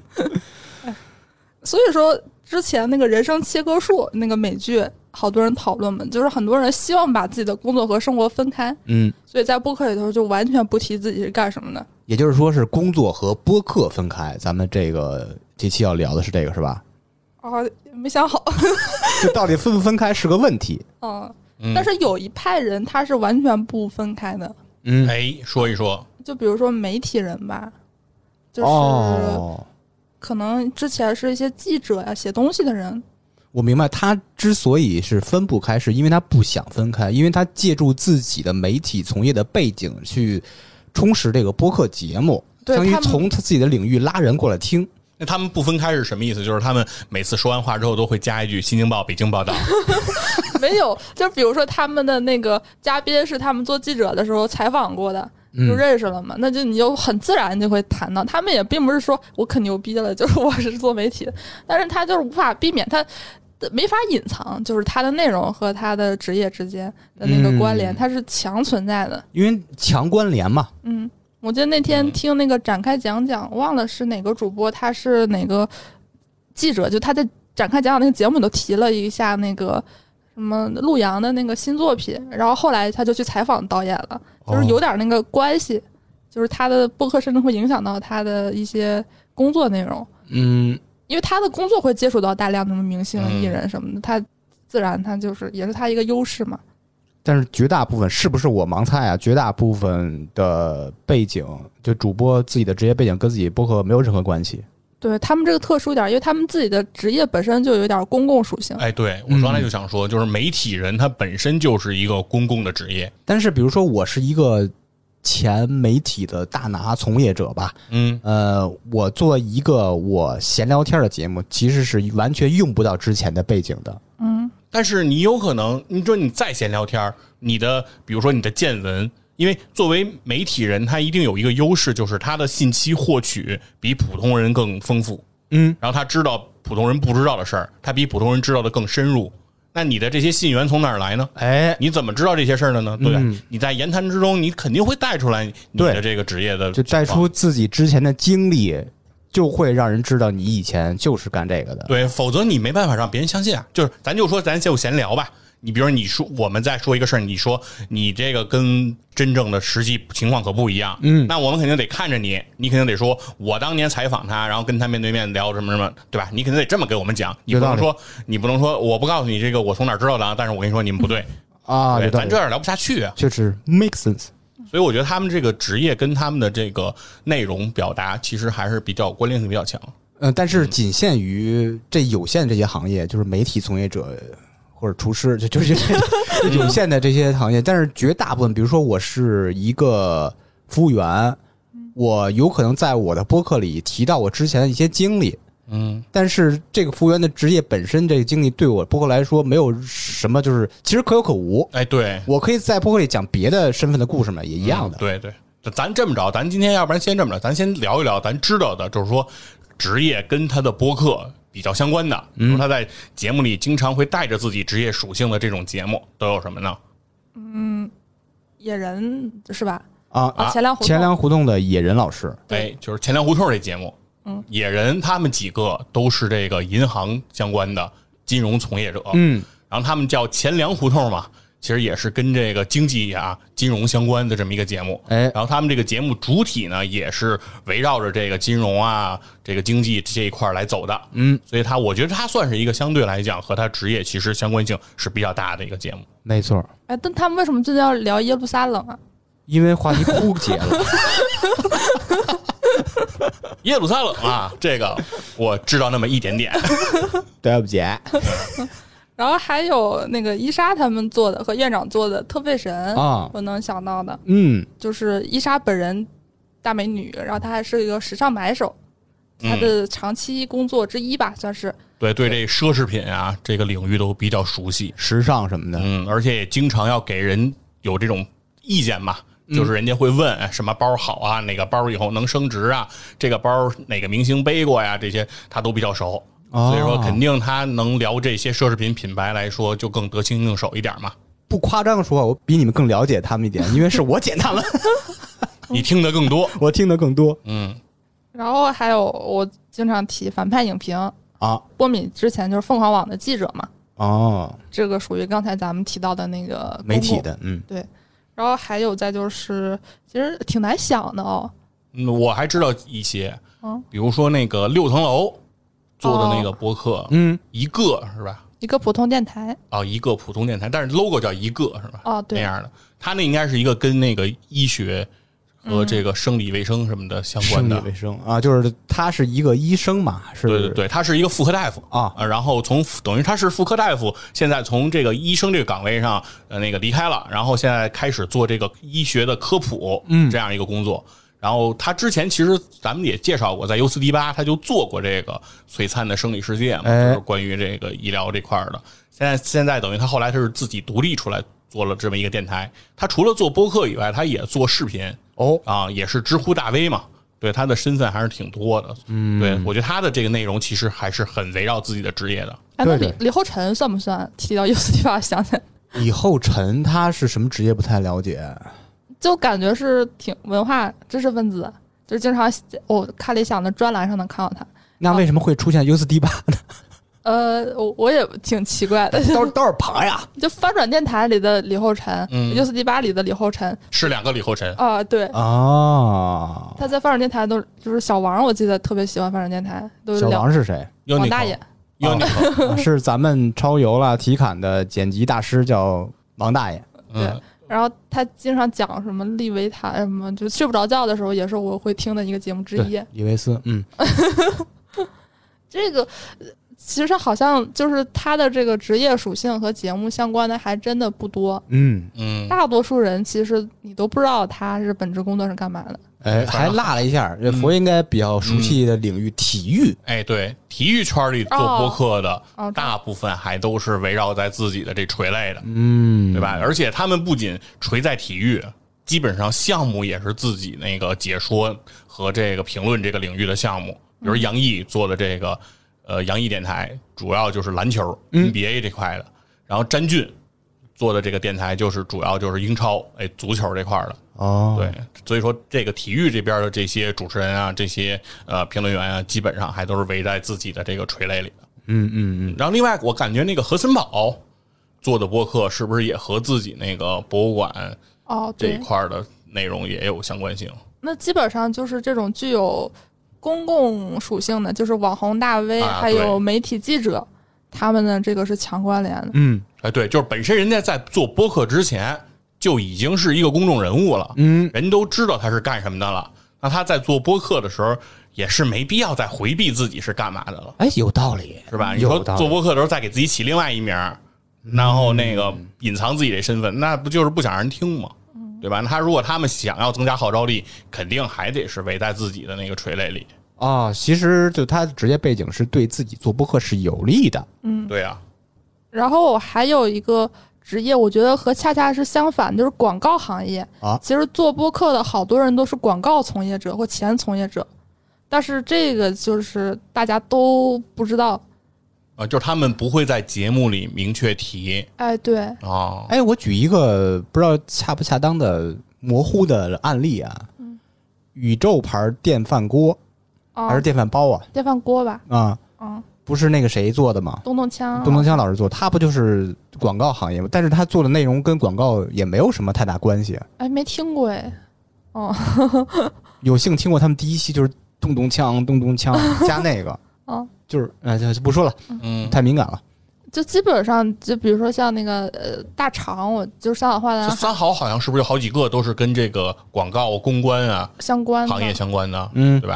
所以说之前那个人生切割术那个美剧，好多人讨论嘛，就是很多人希望把自己的工作和生活分开， 嗯， 所以在播客里头就完全不提自己是干什么的。 也就是说是工作和播客分开。咱们这个这期要聊的是这个是吧？ 哦，没想好， 这到底分不分开是个问题。 嗯，但是有一派人他是完全不分开的。 嗯， 哎，说一说， 就比如说媒体人吧，就是、 哦、 可能之前是一些记者呀、写东西的人。 我明白，他之所以是分不开，是因为他不想分开，因为他借助自己的媒体从业的背景去充实这个播客节目，相当于从他自己的领域拉人过来听。 那他们不分开是什么意思？就是他们每次说完话之后都会加一句新京报北京报道。 没有，就比如说他们的那个嘉宾是他们做记者的时候采访过的，就认识了嘛、嗯、那就你就很自然就会谈到。他们也并不是说我可牛逼了，就是我是做媒体的，但是他就是无法避免，他没法隐藏，就是他的内容和他的职业之间的那个关联、嗯、它是强存在的， 因为强关联嘛。 嗯，我记得那天听那个展开讲讲，忘了是哪个主播，他是哪个记者，就他在展开讲讲那个节目里头提了一下那个什么陆阳的那个新作品，然后后来他就去采访导演了，就是有点那个关系、哦、就是他的播客甚至会影响到他的一些工作内容。 嗯， 因为他的工作会接触到大量的明星艺人什么的，他自然他就是也是他一个优势嘛。 但是绝大部分是不是我盲猜啊？绝大部分的背景，就主播自己的职业背景跟自己播客没有任何关系。 对，他们这个特殊一点，因为他们自己的职业本身就有点公共属性。 哎，对，我刚才就想说、嗯、就是媒体人他本身就是一个公共的职业。 但是比如说我是一个前媒体的大拿从业者吧， 嗯， 呃，我做一个我闲聊天的节目，其实是完全用不到之前的背景的， 嗯。 但是你有可能，你说你再闲聊天，你的比如说你的见闻，因为作为媒体人，他一定有一个优势，就是他的信息获取比普通人更丰富， 嗯， 然后他知道普通人不知道的事儿，他比普通人知道的更深入。那你的这些信源从哪儿来呢？ 哎， 你怎么知道这些事儿的呢？对吧、嗯？你在言谈之中，你肯定会带出来你的这个职业的， 就带出自己之前的经历，就会让人知道你以前就是干这个的。 对，否则你没办法让别人相信啊。就是咱就说咱就闲聊吧。你比如说你说我们再说一个事儿，你说你这个跟真正的实际情况可不一样， 嗯， 那我们肯定得看着你，你肯定得说我当年采访他，然后跟他面对面聊什么什么，对吧？你肯定得这么给我们讲，你不能说你不能说我不告诉你这个我从哪儿知道的，但是我跟你说你们不对啊， 对，咱这样聊不下去啊， 就是 make sense。 所以我觉得他们这个职业跟他们的这个内容表达其实还是比较关联性比较强。 嗯，但是仅限于这有限这些行业，就是媒体从业者或者厨师，就就是有限的这些行业。但是绝大部分，比如说我是一个服务员，我有可能在我的播客里提到我之前的一些经历。 嗯， 但是这个服务员的职业本身，这个经历对我播客来说没有什么，就是其实可有可无。 哎，对， 我可以在播客里讲别的身份的故事嘛，也一样的。 嗯、对对，咱这么着，咱今天要不然先这么着，咱先聊一聊咱知道的，就是说职业跟他的播客比较相关的，比如他在节目里经常会带着自己职业属性的这种节目都有什么呢？ 嗯，野人是吧？ 啊啊，钱粮胡同钱粮胡同的野人老师， 哎，就是钱粮胡同这节目。 嗯， 野人他们几个都是这个银行相关的金融从业者， 嗯， 然后他们叫钱粮胡同嘛，其实也是跟这个经济啊、金融相关的这么一个节目。 哎， 然后他们这个节目主体呢，也是围绕着这个金融啊、这个经济这一块来走的。 嗯， 所以他我觉得他算是一个相对来讲和他职业其实相关性是比较大的一个节目。 没错。 哎，但他们为什么最近要聊耶路撒冷啊？ 因为话题枯竭了。 耶路撒冷啊，这个我知道那么一点点。 对不起。 然后还有那个伊莎他们做的和院长做的特费神啊， 我能想到的， 嗯， 就是伊莎本人大美女，然后她还是一个时尚买手，她的长期工作之一吧，算是。 对对，这奢侈品啊，这个领域都比较熟悉， 时尚什么的， 嗯，而且也经常要给人有这种意见嘛。就是人家会问、哎、什么包好啊，哪个包以后能升值啊，这个包哪个明星背过呀，这些他都比较熟，哦、所以说肯定他能聊这些奢侈品品牌来说就更得心应手一点嘛。 不夸张的说，我比你们更了解他们一点，因为是我剪他们。 你听得更多， 我听得更多。 嗯， 然后还有我经常提反派影评啊， 波米之前就是凤凰网的记者嘛。 哦， 这个属于刚才咱们提到的那个媒体的，嗯， 对。然后还有再就是，其实挺难想的哦。 嗯，我还知道一些，嗯，比如说那个六层楼做的那个播客， 嗯、哦， 一个是吧？ 一个普通电台哦，一个普通电台，但是 logo 叫一个是吧？ 哦，对， 那样的，它那应该是一个跟那个医学和这个生理卫生什么的相关的。 生理卫生啊，就是他是一个医生嘛，是， 对对对，他是一个妇科大夫啊， 然后从等于他是妇科大夫，现在从这个医生这个岗位上呃那个离开了，然后现在开始做这个医学的科普，嗯，这样一个工作。然后他之前其实咱们也介绍过，在 U 四 D 八他就做过这个璀璨的生理世界嘛， 哎、 就是关于这个医疗这块的。现在现在等于他后来他是自己独立出来做了这么一个电台。他除了做播客以外，他也做视频哦啊，也是知乎大 V 嘛。对，他的身份还是挺多的。嗯，对，我觉得他的这个内容其实还是很围绕自己的职业的。 哎，那李李厚辰算不算？提到 U 四 D 八想起来， 李厚辰他是什么职业？不太了解。 就感觉是挺文化知识分子，就是经常我看理想的专栏上能看到他。 那为什么会出现 U 四 D 八呢？ 呃，我我也挺奇怪的， 都都是爬呀。 就翻转电台里的李厚辰，嗯 ，U 四 D 八里的李厚辰是两个李厚辰啊，对啊， 他在翻转电台都就是小王，我记得特别喜欢翻转电台，都是小王是谁？ 王大爷， 哦、是咱们超游了体感的剪辑大师，叫王大爷。 对。嗯，然后他经常讲什么利维坦什么，就睡不着觉的时候，也是我会听的一个节目之一。 李维斯，嗯， 这个其实好像就是他的这个职业属性和节目相关的还真的不多。 嗯嗯， 大多数人其实你都不知道他是本职工作是干嘛的。 哎，还落了一下，这佛应该比较熟悉的领域、嗯、体育。 哎，对，体育圈里做播客的、哦、大部分还都是围绕在自己的这垂类的， 嗯， 对吧？而且他们不仅垂在体育，基本上项目也是自己那个解说和这个评论这个领域的项目。比如杨毅做的这个呃杨毅电台，主要就是篮球、嗯、N B A 这块的，然后詹俊做的这个电台就是主要就是英超哎足球这块的。 哦， 对，所以说这个体育这边的这些主持人啊，这些呃评论员啊，基本上还都是围在自己的这个垂类里的。 嗯嗯嗯。 然后另外，我感觉那个何森堡做的播客是不是也和自己那个博物馆哦这一块的内容也有相关性？哦、 那基本上就是这种具有公共属性的，就是网红大 V、啊、还有媒体记者，他们的这个是强关联的。 嗯， 哎，对，就是本身人家在做播客之前就已经是一个公众人物了， 嗯， 人都知道他是干什么的了。那他在做播客的时候，也是没必要再回避自己是干嘛的了。 哎，有道理， 是吧？你说做播客的时候再给自己起另外一名，然后那个隐藏自己的身份，那不就是不想让人听吗？对吧？那他如果他们想要增加号召力，肯定还得是围在自己的那个垂类里啊、哦。其实就他的职业背景是对自己做播客是有利的。 嗯， 对啊。 然后还有一个职业，我觉得和恰恰是相反，就是广告行业啊。 其实做播客的好多人都是广告从业者或前从业者，但是这个就是大家都不知道。 啊，就是他们不会在节目里明确提。 哎，对。 哦， 哎，我举一个不知道恰不恰当的模糊的案例啊。 嗯。 宇宙牌电饭锅、哦、还是电饭煲啊？ 电饭锅吧。 啊。 嗯。 不是那个谁做的吗？ 东东锵， 东东锵老师做，他不就是广告行业吗？但是他做的内容跟广告也没有什么太大关系。 哎，没听过哎。哦， 有幸听过他们第一期就是东东锵，东东锵加那个， 哦， 就是呃，就不说了， 嗯， 太敏感了。 就基本上，就比如说像那个呃大厂，我就是三好坏男孩， 三好好像是不是有好几个都是跟这个广告公关啊相关行业相关的， 嗯， 对吧？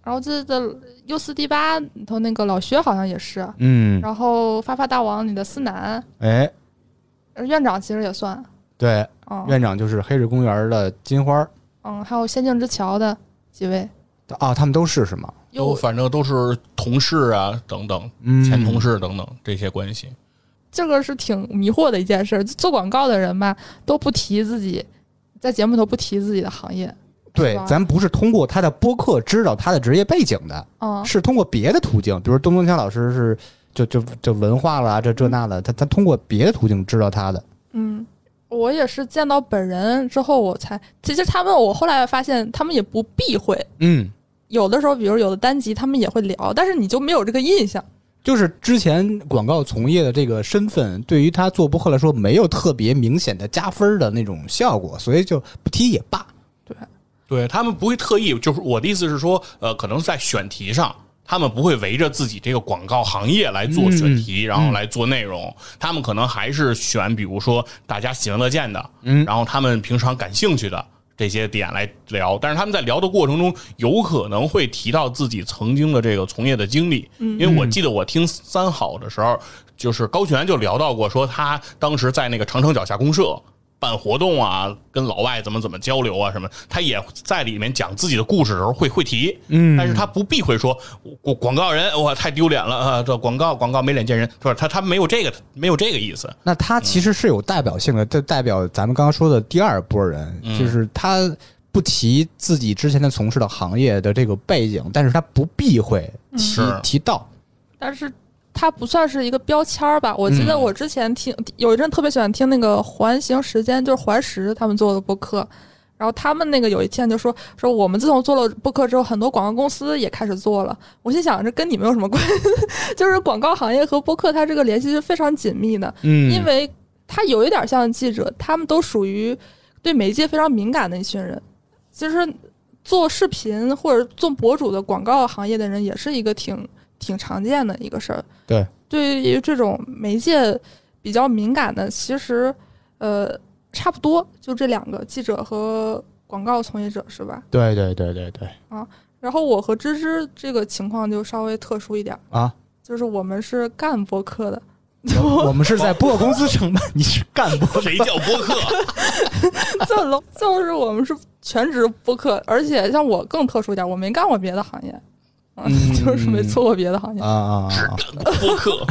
然后这的 U 四 D 八里头那个老薛好像也是， 嗯， 然后发发大王里的思南， 哎， 院长其实也算， 对， 嗯， 院长就是黑水公园的金花， 嗯，还有仙境之桥的几位， 啊，他们都是是吗？ 都反正都是同事啊等等， 嗯前同事等等这些关系。 这个是挺迷惑的一件事。做广告的人吧，都不提自己在节目头不提自己的行业。 对，咱不是通过他的播客知道他的职业背景的， 嗯， 是通过别的途径，比如东东强老师是就就就文化了这这那的，他他通过别的途径知道他的。 嗯，我也是见到本人之后，我才其实他们我后来发现他们也不避讳， 嗯。 有的时候，比如有的单集，他们也会聊，但是你就没有这个印象。 就是之前广告从业的这个身份，对于他做播客来说，没有特别明显的加分的那种效果，所以就不提也罢。 对， 对他们不会特意，就是我的意思是说，呃，可能在选题上，他们不会围着自己这个广告行业来做选题，嗯、然后来做内容、嗯。他们可能还是选，比如说大家喜闻乐见的，嗯，然后他们平常感兴趣的。这些点来聊，但是他们在聊的过程中，有可能会提到自己曾经的这个从业的经历。嗯，因为我记得我听三好的时候，就是高璇就聊到过，说他当时在那个长城脚下公社办活动啊，跟老外怎么怎么交流啊什么，他也在里面讲自己的故事的时候会会提。嗯，但是他不避讳说广广告人哇太丢脸了啊，这广告广告没脸见人，是吧？他他没有这个没有这个意思。 那他其实是有代表性的，这、嗯、代表咱们刚刚说的第二波人，嗯、就是他不提自己之前的从事的行业的这个背景，但是他不避讳提、嗯、提到， 但是。它不算是一个标签吧？我记得我之前听、嗯、有一阵特别喜欢听那个环形时间，就是环时他们做的播客，然后他们那个有一天就说说我们自从做了播客之后，很多广告公司也开始做了。我心想这跟你们有什么关系？就是广告行业和播客它这个联系是非常紧密的，嗯，因为它有一点像记者，他们都属于对媒介非常敏感的一群人。其实做视频或者做博主的广告行业的人也是一个挺。挺常见的一个事儿， 对， 对于这种媒介比较敏感的，其实呃差不多就这两个，记者和广告从业者是吧？ 对对对对对。 啊，然后我和芝芝这个情况就稍微特殊一点啊， 就是我们是干播客的， 我们是在播客公司上班，你是干播， 谁叫播客？ 就就是我们是全职播客，而且像我更特殊一点，我没干过别的行业。嗯、就是没做过别的行业啊， 只干过播客。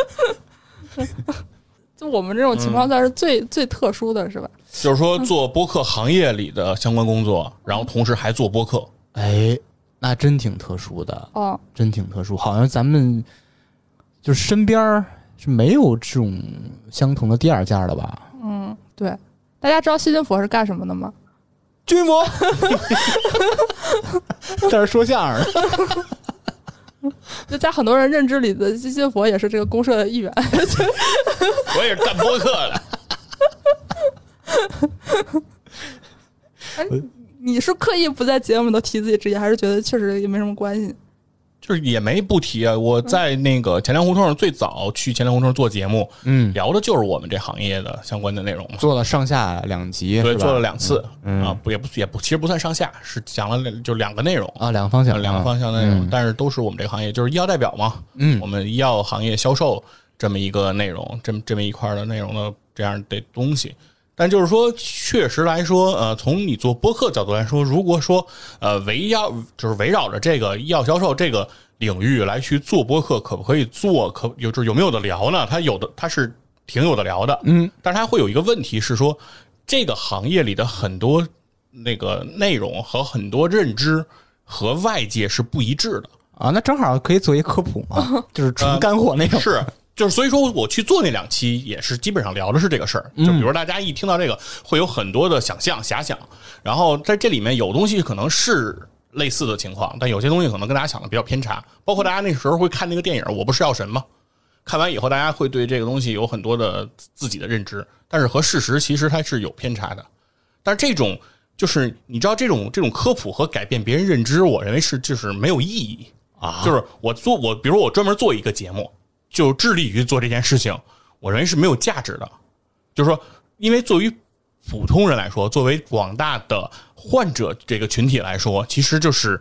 就我们这种情况算是最、嗯、最特殊的是吧？ 就是说做播客行业里的相关工作，然后同时还做播客， 哎，那真挺特殊的哦， 真挺特殊。好像咱们就是身边是没有这种相同的第二家的吧？ 嗯，对。大家知道细菌佛是干什么的吗？ 军魔在这说相声的。 就在很多人认知里的基金佛也是这个公社的一员。 我也是干播客的。 哎，你是刻意不在节目都提自己职业，还是觉得确实也没什么关系？ 就是也没不提啊。我在那个钱粮胡同最早去钱粮胡同做节目，嗯，聊的就是我们这行业的相关的内容嘛。 做了上下两集， 对，做了两次， 嗯、 啊，不也不也不，其实不算上下，是讲了就两个内容啊，两个方向， 两个方向的内容、 嗯， 但是都是我们这个行业，就是医药代表嘛，嗯，我们医药行业销售这么一个内容，这么这么一块的内容的这样的东西。但就是说，确实来说，呃，从你做播客角度来说，如果说呃围绕就是围绕着这个医药销售这个领域来去做播客，可不可以做？可有就是有没有的聊呢？它有的，它是挺有的聊的，嗯，但是它会有一个问题是说，这个行业里的很多那个内容和很多认知和外界是不一致的啊。那正好可以做一科普嘛，就是纯干货那种、 呃、是。就是所以说我去做那两期也是基本上聊的是这个事儿，就比如大家一听到这个会有很多的想象遐想，然后在这里面有东西可能是类似的情况，但有些东西可能跟大家想的比较偏差，包括大家那时候会看那个电影我不是药神吗，看完以后大家会对这个东西有很多的自己的认知，但是和事实其实它是有偏差的。但是这种就是你知道这种这种科普和改变别人认知，我认为是就是没有意义啊。就是我做我比如我专门做一个节目就致力于做这件事情，我认为是没有价值的。就是说，因为作为普通人来说，作为广大的患者这个群体来说，其实就是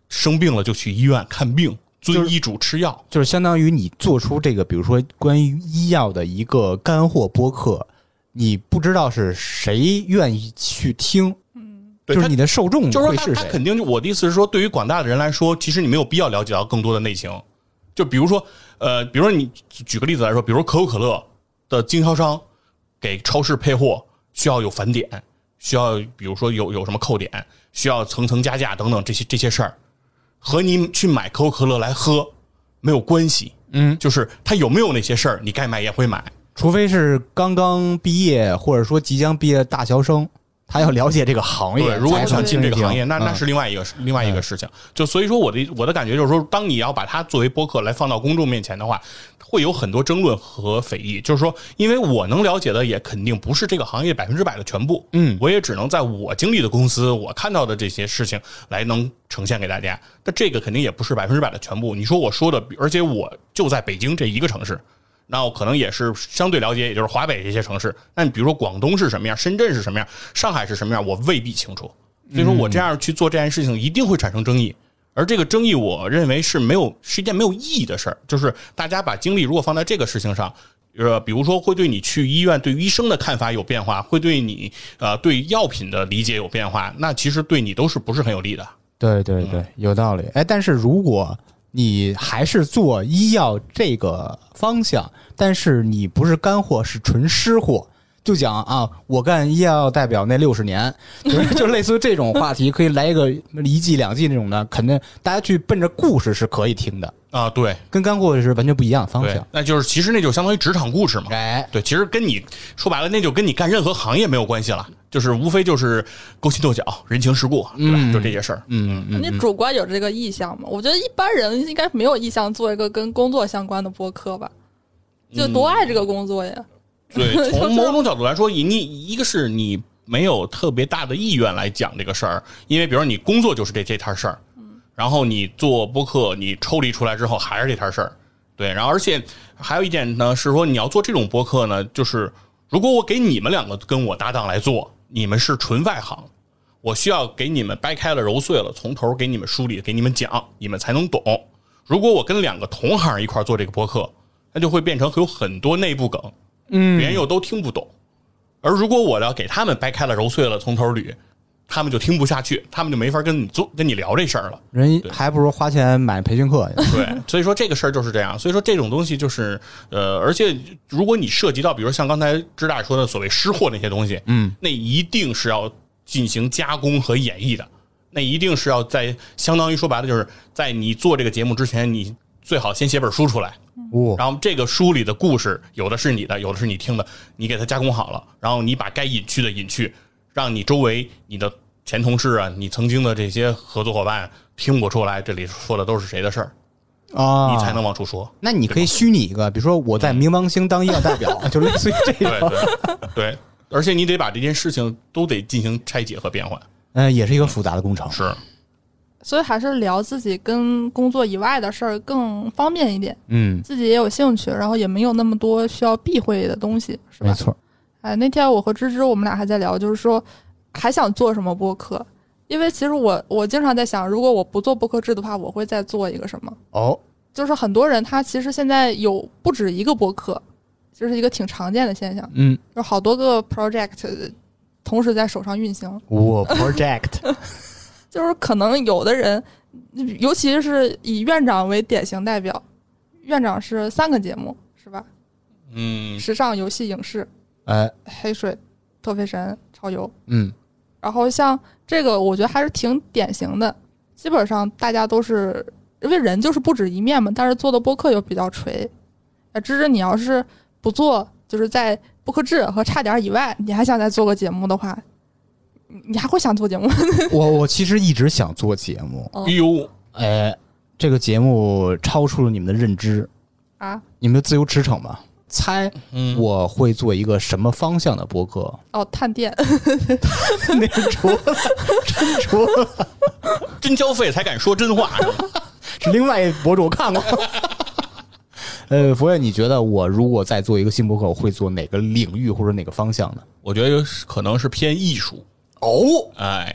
生病了就去医院看病，遵医嘱吃药， 就是相当于你做出这个，比如说关于医药的一个干货播客，你不知道是谁愿意去听，嗯，就是你的受众就是会是谁？ 他肯定，我的意思是说，对于广大的人来说，其实你没有必要了解到更多的内情。就比如说，呃，比如说你举个例子来说，比如说可口可乐的经销商给超市配货需要有返点，需要比如说有有什么扣点，需要层层加价等等这些这些事儿，和你去买可口可乐来喝没有关系。嗯，就是他有没有那些事儿，你该买也会买。 除非是刚刚毕业或者说即将毕业的大学生，他要了解这个行业， 对，如果你想进这个行业，那嗯、 那是另外一个、嗯、另外一个事情。就所以说，我的我的感觉就是说，当你要把它作为播客来放到公众面前的话，会有很多争论和非议。就是说，因为我能了解的也肯定不是这个行业百分之百的全部，嗯，我也只能在我经历的公司，我看到的这些事情来能呈现给大家。但这个肯定也不是百分之百的全部。你说我说的，而且我就在北京这一个城市。那我可能也是相对了解，也就是华北这些城市。那你比如说广东是什么样，深圳是什么样，上海是什么样，我未必清楚。所以说我这样去做这件事情，一定会产生争议。而这个争议，我认为是没有是一件没有意义的事儿。就是大家把精力如果放在这个事情上，呃，比如说会对你去医院对医生的看法有变化，会对你呃对药品的理解有变化，那其实对你都是不是很有利的。 对对对，有道理。哎，但是如果你还是做医药这个方向，但是你不是干货，是纯湿货，就讲啊，我干医药代表那六十年，就是就类似于这种话题，可以来一个一季两季那种的，肯定大家去奔着故事是可以听的啊。对， 跟干货是完全不一样的方向。 那就是其实那就相当于职场故事嘛。 哎， 对，其实跟你说白了，那就跟你干任何行业没有关系了。就是无非就是勾心斗角、人情世故，对吧？嗯、就这些事儿。 嗯嗯， 你主观有这个意向吗？我觉得一般人应该没有意向做一个跟工作相关的播客吧，就多爱这个工作呀。 嗯、对，从某种角度来说，你一个是你没有特别大的意愿来讲这个事儿，因为比如说你工作就是这这摊事儿，嗯，然后你做播客，你抽离出来之后还是这摊事儿，对。然后而且还有一点呢，是说你要做这种播客呢，就是如果我给你们两个跟我搭档来做。你们是纯外行，我需要给你们掰开了揉碎了，从头给你们梳理，给你们讲，你们才能懂。如果我跟两个同行一块做这个播客，那就会变成有很多内部梗，嗯，别人又都听不懂。而如果我要给他们掰开了揉碎了，从头捋，他们就听不下去，他们就没法跟你做跟你聊这事儿了。 人还不如花钱买培训课。 对，所以说这个事儿就是这样。所以说这种东西就是呃，而且如果你涉及到，比如像刚才支大说的所谓湿货那些东西，嗯，那一定是要进行加工和演绎的。那一定是要在相当于说白了，就是在你做这个节目之前，你最好先写本书出来。哦，然后这个书里的故事，有的是你的，有的是你听的，你给它加工好了，然后你把该隐去的隐去。让你周围你的前同事啊，你曾经的这些合作伙伴听不出来这里说的都是谁的事儿啊，你才能往出说。 那你可以虚拟一个，比如说我在冥王星当医药代表，就类似于这个。 对对对，而且你得把这件事情都得进行拆解和变换， 嗯，也是一个复杂的工程。 是， 所以还是聊自己跟工作以外的事儿更方便一点。 嗯， 自己也有兴趣，然后也没有那么多需要避讳的东西，是吧？ 没错。 哎，那天我和芝芝我们俩还在聊，就是说还想做什么播客，因为其实我我经常在想，如果我不做播客制的话，我会再做一个什么？ 哦，就是很多人他其实现在有不止一个播客，这是一个挺常见的现象。 嗯， 有好多个 project 同时在手上运行。 我 project 就是可能有的人，尤其是以院长为典型代表，院长是三个节目是吧？ 嗯， 时尚、游戏、影视， 哎， 黑水、特费神、超游， 嗯， 然后像这个，我觉得还是挺典型的。基本上大家都是因为人就是不止一面嘛，但是做的播客又比较垂。啊，芝芝，你要是不做，就是在播客制和差点以外，你还想再做个节目的话，你还会想做节目？ 我我其实一直想做节目。 哎呦， 哎，这个节目超出了你们的认知啊！ 你们就自由驰骋吧。猜我会做一个什么方向的播客？ 哦，探店， 那是除了，真除了， 真交费才敢说真话。 是另外一博主我看过。呃，佛爷，你觉得我如果再做一个新播客，我会做哪个领域或者哪个方向呢？ 我觉得可能是偏艺术。 哦， 哎，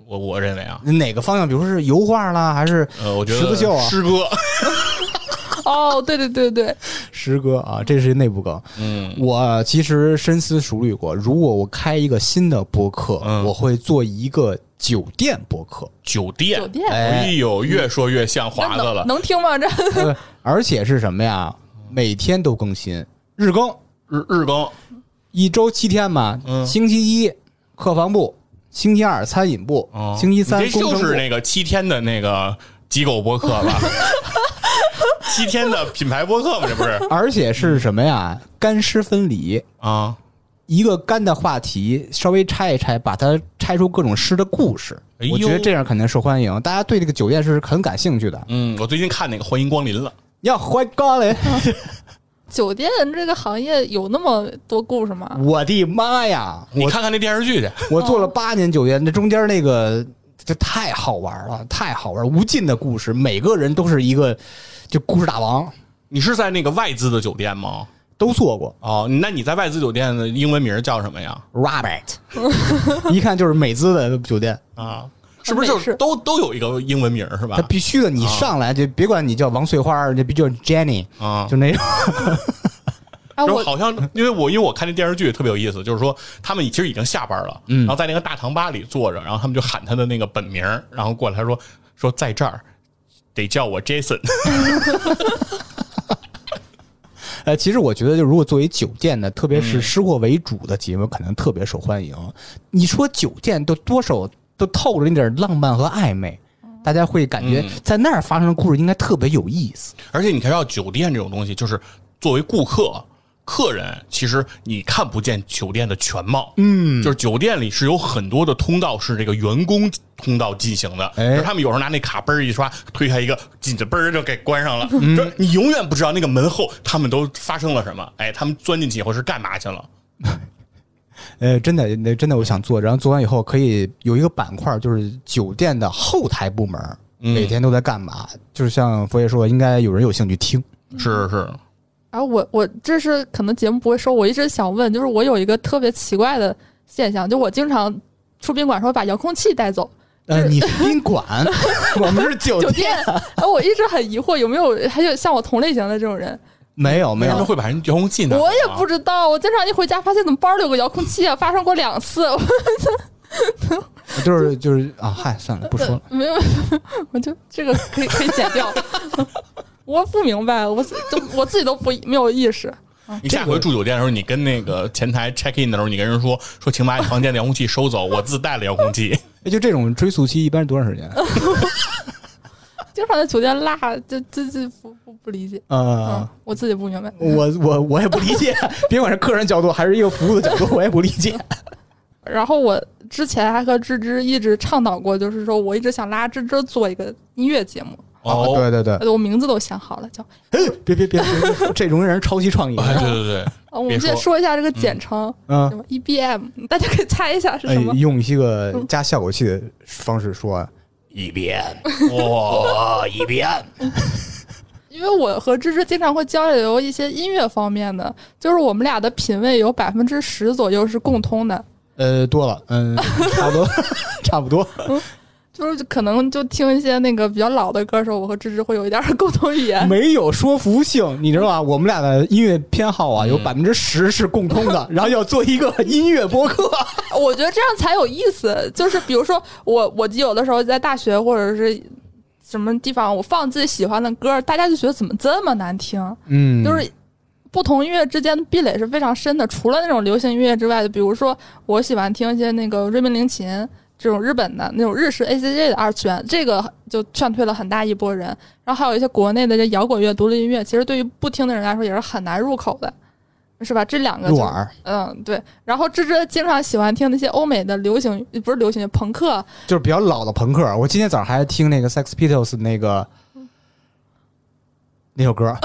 我我认为啊， 哪个方向？比如说是油画啦，还是呃，我觉得十字绣啊， 诗歌。 哦，对对对对， 诗歌啊，这是内部梗。 嗯， 我其实深思熟虑过，如果我开一个新的播客， 嗯、 我会做一个酒店播客。 酒店， 酒店， 哎呦，越说越像华子了。 能, 能听吗？这、 呃，而且是什么呀？每天都更新，日更， 日日更， 一周七天嘛。 嗯、 星期一客房部，星期二餐饮部， 哦、 星期三这就是那个七天的那个机构播客吧。七天的品牌播客嘛，这不是？ 而且是什么呀？干湿分离啊， 一个干的话题稍微拆一拆，把它拆出各种湿的故事。 哎、 我觉得这样肯定受欢迎，大家对这个酒店是很感兴趣的。 嗯，我最近看那个《欢迎光临》了， 要欢迎光临。 酒店这个行业有那么多故事吗？ 我的妈呀！ 你看看那电视剧去。 我做了八年酒店，这中间那个这太好玩了，太好玩，无尽的故事，每个人都是一个就故事大王。 你是在那个外资的酒店吗？ 都做过哦。那你在外资酒店的英文名叫什么呀 ？Robert， 一看就是美资的酒店啊，是不是就是都都有一个英文名是吧？ 它必须的，你上来就别管你叫王翠花，就必须叫 Jenny 啊， 就那种。 啊， 我好像因为我因为我看那电视剧特别有意思，就是说他们其实已经下班了， 嗯， 然后在那个大堂吧里坐着，然后他们就喊他的那个本名，然后过来他说说在这儿得叫我 Jason。 呃，其实我觉得，就如果作为酒店的，特别是吃货为主的节目，可能特别受欢迎。你说酒店都多少都透着那点浪漫和暧昧，大家会感觉在那儿发生的故事应该特别有意思。 而且你看到酒店这种东西，就是作为顾客。客人其实你看不见酒店的全貌， 嗯， 就是酒店里是有很多的通道是这个员工通道进行的， 哎， 就是他们有时候拿那卡嘣一刷，推开一个，紧着嘣就给关上了，嗯，就是你永远不知道那个门后他们都发生了什么，哎，他们钻进去以后是干嘛去了？ 呃，真的，那真的我想做，然后做完以后可以有一个板块，就是酒店的后台部门，每天都在干嘛？嗯、就是像佛爷说，应该有人有兴趣听， 是是。 然后我我这是可能节目不会说，我一直想问，就是我有一个特别奇怪的现象，就我经常出宾馆时候把遥控器带走。 呃，你是宾馆，我们是酒店。酒店。然后我一直很疑惑，有没有还有像我同类型的这种人？ 没有，没有。 为什么会把人遥控器拿？ 我也不知道，我经常一回家发现怎么包里有个遥控器啊，发生过两次。 就是就是啊，嗨，算了，不说了。 没有，我就这个可以可以剪掉。我不明白，我都我自己都不没有意识。 你下回住酒店的时候，你跟那个前台 check in 的时候，你跟人说说，请把你房间的遥控器收走，我自带了遥控器。 就这种追溯期一般是多长时间？ 经常在酒店落，这这这不不不理解啊、呃嗯！我自己不明白， 我我我也不理解，别管是客人角度还是一个服务的角度，我也不理解。 然后我之前还和芝芝一直倡导过，就是说我一直想拉芝芝做一个音乐节目。 哦， 对对对， 我名字都想好了，叫别别别别，这容易让人抄袭创意。 对对对， 我们先说一下这个简称， 嗯 ，E B M， 大家可以猜一下是什么？ 哎、用一个加效果器的方式说 ，E B M， 哇 ，E B M。 因为我和芝芝经常会交流一些音乐方面的，就是我们俩的品味有百分之十左右是共通的。 呃，多了，嗯，差不多，差不多。 嗯就是可能就听一些那个比较老的歌的时候，我和芝芝会有一点共同语言， 没有说服性，你知道吧？我们俩的音乐偏好啊，有百分之十是共通的，然后要做一个音乐播客， 我觉得这样才有意思。就是比如说我，我有的时候在大学或者是什么地方，我放自己喜欢的歌，大家就觉得怎么这么难听？ 嗯， 就是不同音乐之间的壁垒是非常深的。除了那种流行音乐之外的，比如说我喜欢听一些那个瑞命铃琴。这种日本的那种日式 A C G 的二次元，这个就劝退了很大一波人。然后还有一些国内的这摇滚乐、独立音乐，其实对于不听的人来说也是很难入口的，是吧？这两个入耳， 嗯，对。然后芝芝经常喜欢听那些欧美的流行，不是流行朋克， 就是比较老的朋克。我今天早上还听那个 Sex Pistols 那个那首歌，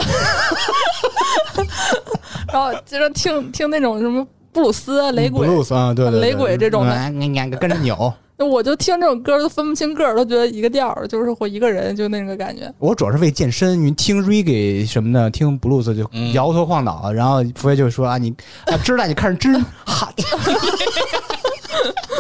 然后经常听听那种什么布鲁斯、雷鬼、 布鲁斯啊，对对， 雷鬼这种的， 嗯、跟着扭。 我就听这种歌都分不清个儿，都觉得一个调儿，就是我一个人就那个感觉。 我主要是为健身，你听 reggae 什么的，听 blues 就摇头晃脑，嗯、然后福爷就说啊，你啊，知道你看着真 hot。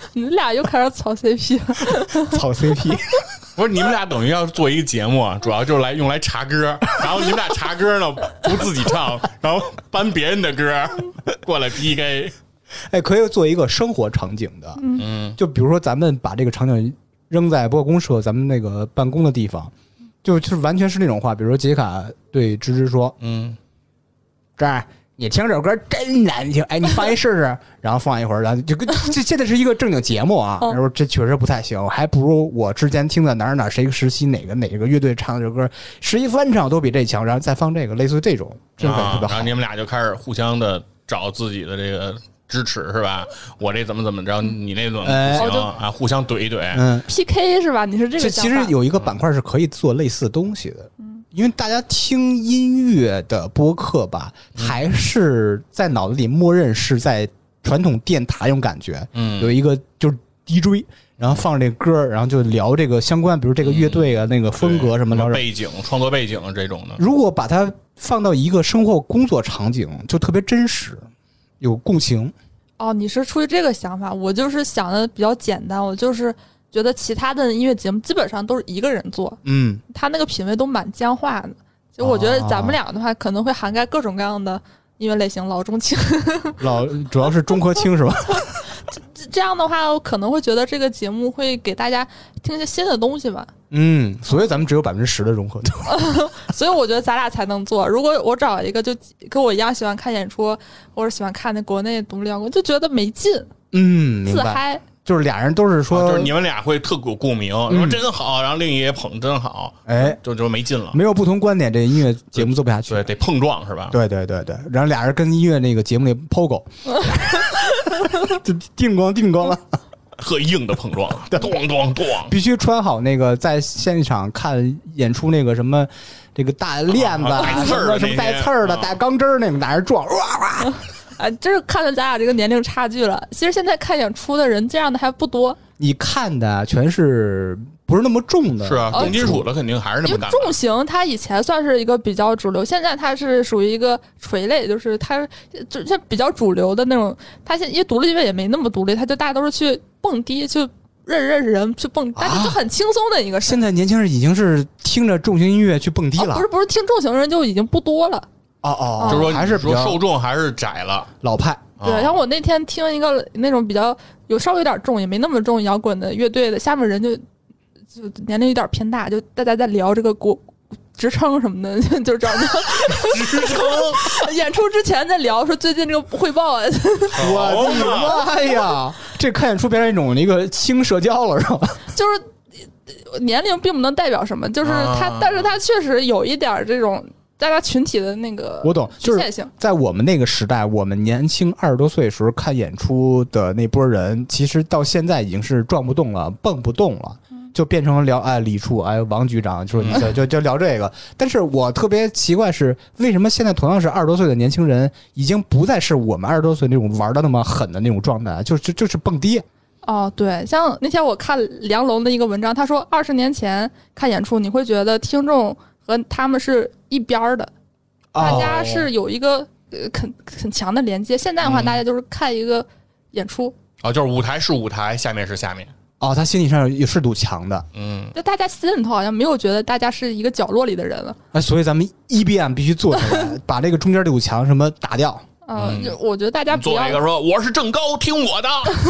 你们俩又开始炒 C P 了， 炒 C P。 不是你们俩等于要做一个节目啊，主要就是来用来查歌，然后你们俩查歌呢不自己唱，然后搬别人的歌过来 P K。 哎，可以做一个生活场景的，嗯，就比如说咱们把这个场景扔在播公社咱们那个办公的地方，就就是完全是那种话，比如说杰卡对芝芝说，嗯，这儿。你听这首歌真难听，哎，你放一试试，然后放一会儿，然后就跟这现在是一个正经节目啊，然后这确实不太行，还不如我之前听的哪儿哪儿谁实习哪个哪个乐队唱的这首歌，实习翻唱都比这强，然后再放这个，类似于这种，这种感觉特别好。 然后你们俩就开始互相的找自己的这个支持是吧？我这怎么怎么着，你那怎么不行、哎、啊？互相怼一怼， 嗯 ，P K 是吧？你是这个想法。 其实有一个板块是可以做类似东西的。嗯，因为大家听音乐的播客吧，还是在脑子里默认是在传统电台那种感觉。嗯，有一个就是 D J， 然后放这歌，然后就聊这个相关，比如这个乐队啊、嗯、那个风格什么的背景、创作背景这种的。 如果把它放到一个生活工作场景，就特别真实，有共情。 哦，你是出于这个想法，我就是想的比较简单，我就是觉得其他的音乐节目基本上都是一个人做，嗯，他那个品味都蛮僵化的。就我觉得咱们俩的话，可能会涵盖各种各样的音乐类型，老中青。 老主要是中科青是吧？ 这这样的话，我可能会觉得这个节目会给大家听一些新的东西吧。 嗯，所以咱们只有百分之十的融合度。 所以我觉得咱俩才能做。如果我找一个就跟我一样喜欢看演出，或者喜欢看那国内独立摇滚，就觉得没劲。 嗯， 自嗨。 就是俩人都是说、 啊，就是你们俩会特有共鸣，说、嗯、真好，然后另一个也捧真好，哎，就就没劲了。 没有不同观点，这音乐节目做不下去。 对，得碰撞是吧？ 对对对对，然后俩人跟音乐那个节目里 P O G O， 就叮咣叮咣了。 特硬的碰撞，咚咚咚， 必须穿好那个在现场看演出那个什么，这个大链子、 啊、带刺儿的什么带刺儿的、带钢针儿那个，哪人撞，哇哇！ 啊，这是看着咱俩这个年龄差距了。其实现在看演出的人这样的还不多。 你看的全是不是那么重的？ 是啊，重金属的肯定还是那么大。 重型它以前算是一个比较主流，现在它是属于一个垂类，就是它就像比较主流的那种。它现因为独立音乐也没那么独立，它就大家都是去蹦迪，去认认识人，去蹦，大家就很轻松的一个事、啊。 现在年轻人已经是听着重型音乐去蹦迪了， 哦、不是不是听重型人就已经不多了。 哦哦， 就是说还是说受众还是窄了， 老派。 对，然后我那天听一个那种比较有稍微有点重也没那么重摇滚的乐队的，下面人就就年龄有点偏大，就大家在聊这个国职称什么的，就这样。 职称演出之前在聊说最近这个汇报啊， 我的妈呀！这看演出变成一种一个轻社交了，是吧？ 就是年龄并不能代表什么，就是他，啊、但是他确实有一点这种。大家群体的那个我懂，就是在我们那个时代，我们年轻二十多岁的时候看演出的那波人，其实到现在已经是撞不动了，蹦不动了，就变成了聊哎李处哎王局长，就就就就聊这个。但是我特别奇怪是，为什么现在同样是二十多岁的年轻人，已经不再是我们二十多岁那种玩的那么狠的那种状态，就就就是蹦迪。 哦，对，像那天我看梁龙的一个文章，他说二十年前看演出，你会觉得听众和他们是一边的，大家是有一个、呃、很很强的连接。现在的话，大家就是看一个演出， 哦，就是舞台是舞台，下面是下面。 哦，他心理上有是堵墙的， 嗯， 就大家心里头好像没有觉得大家是一个角落里的人了。 哎，所以咱们 E B M 必须做出来，把这个中间这堵墙什么打掉。 嗯，就我觉得大家不要做一个说我是郑高，听我的。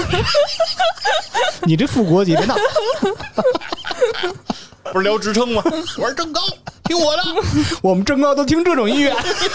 你这副国级别闹。 不是聊职称吗？我是郑高，听我的。 我们郑高都听这种音乐。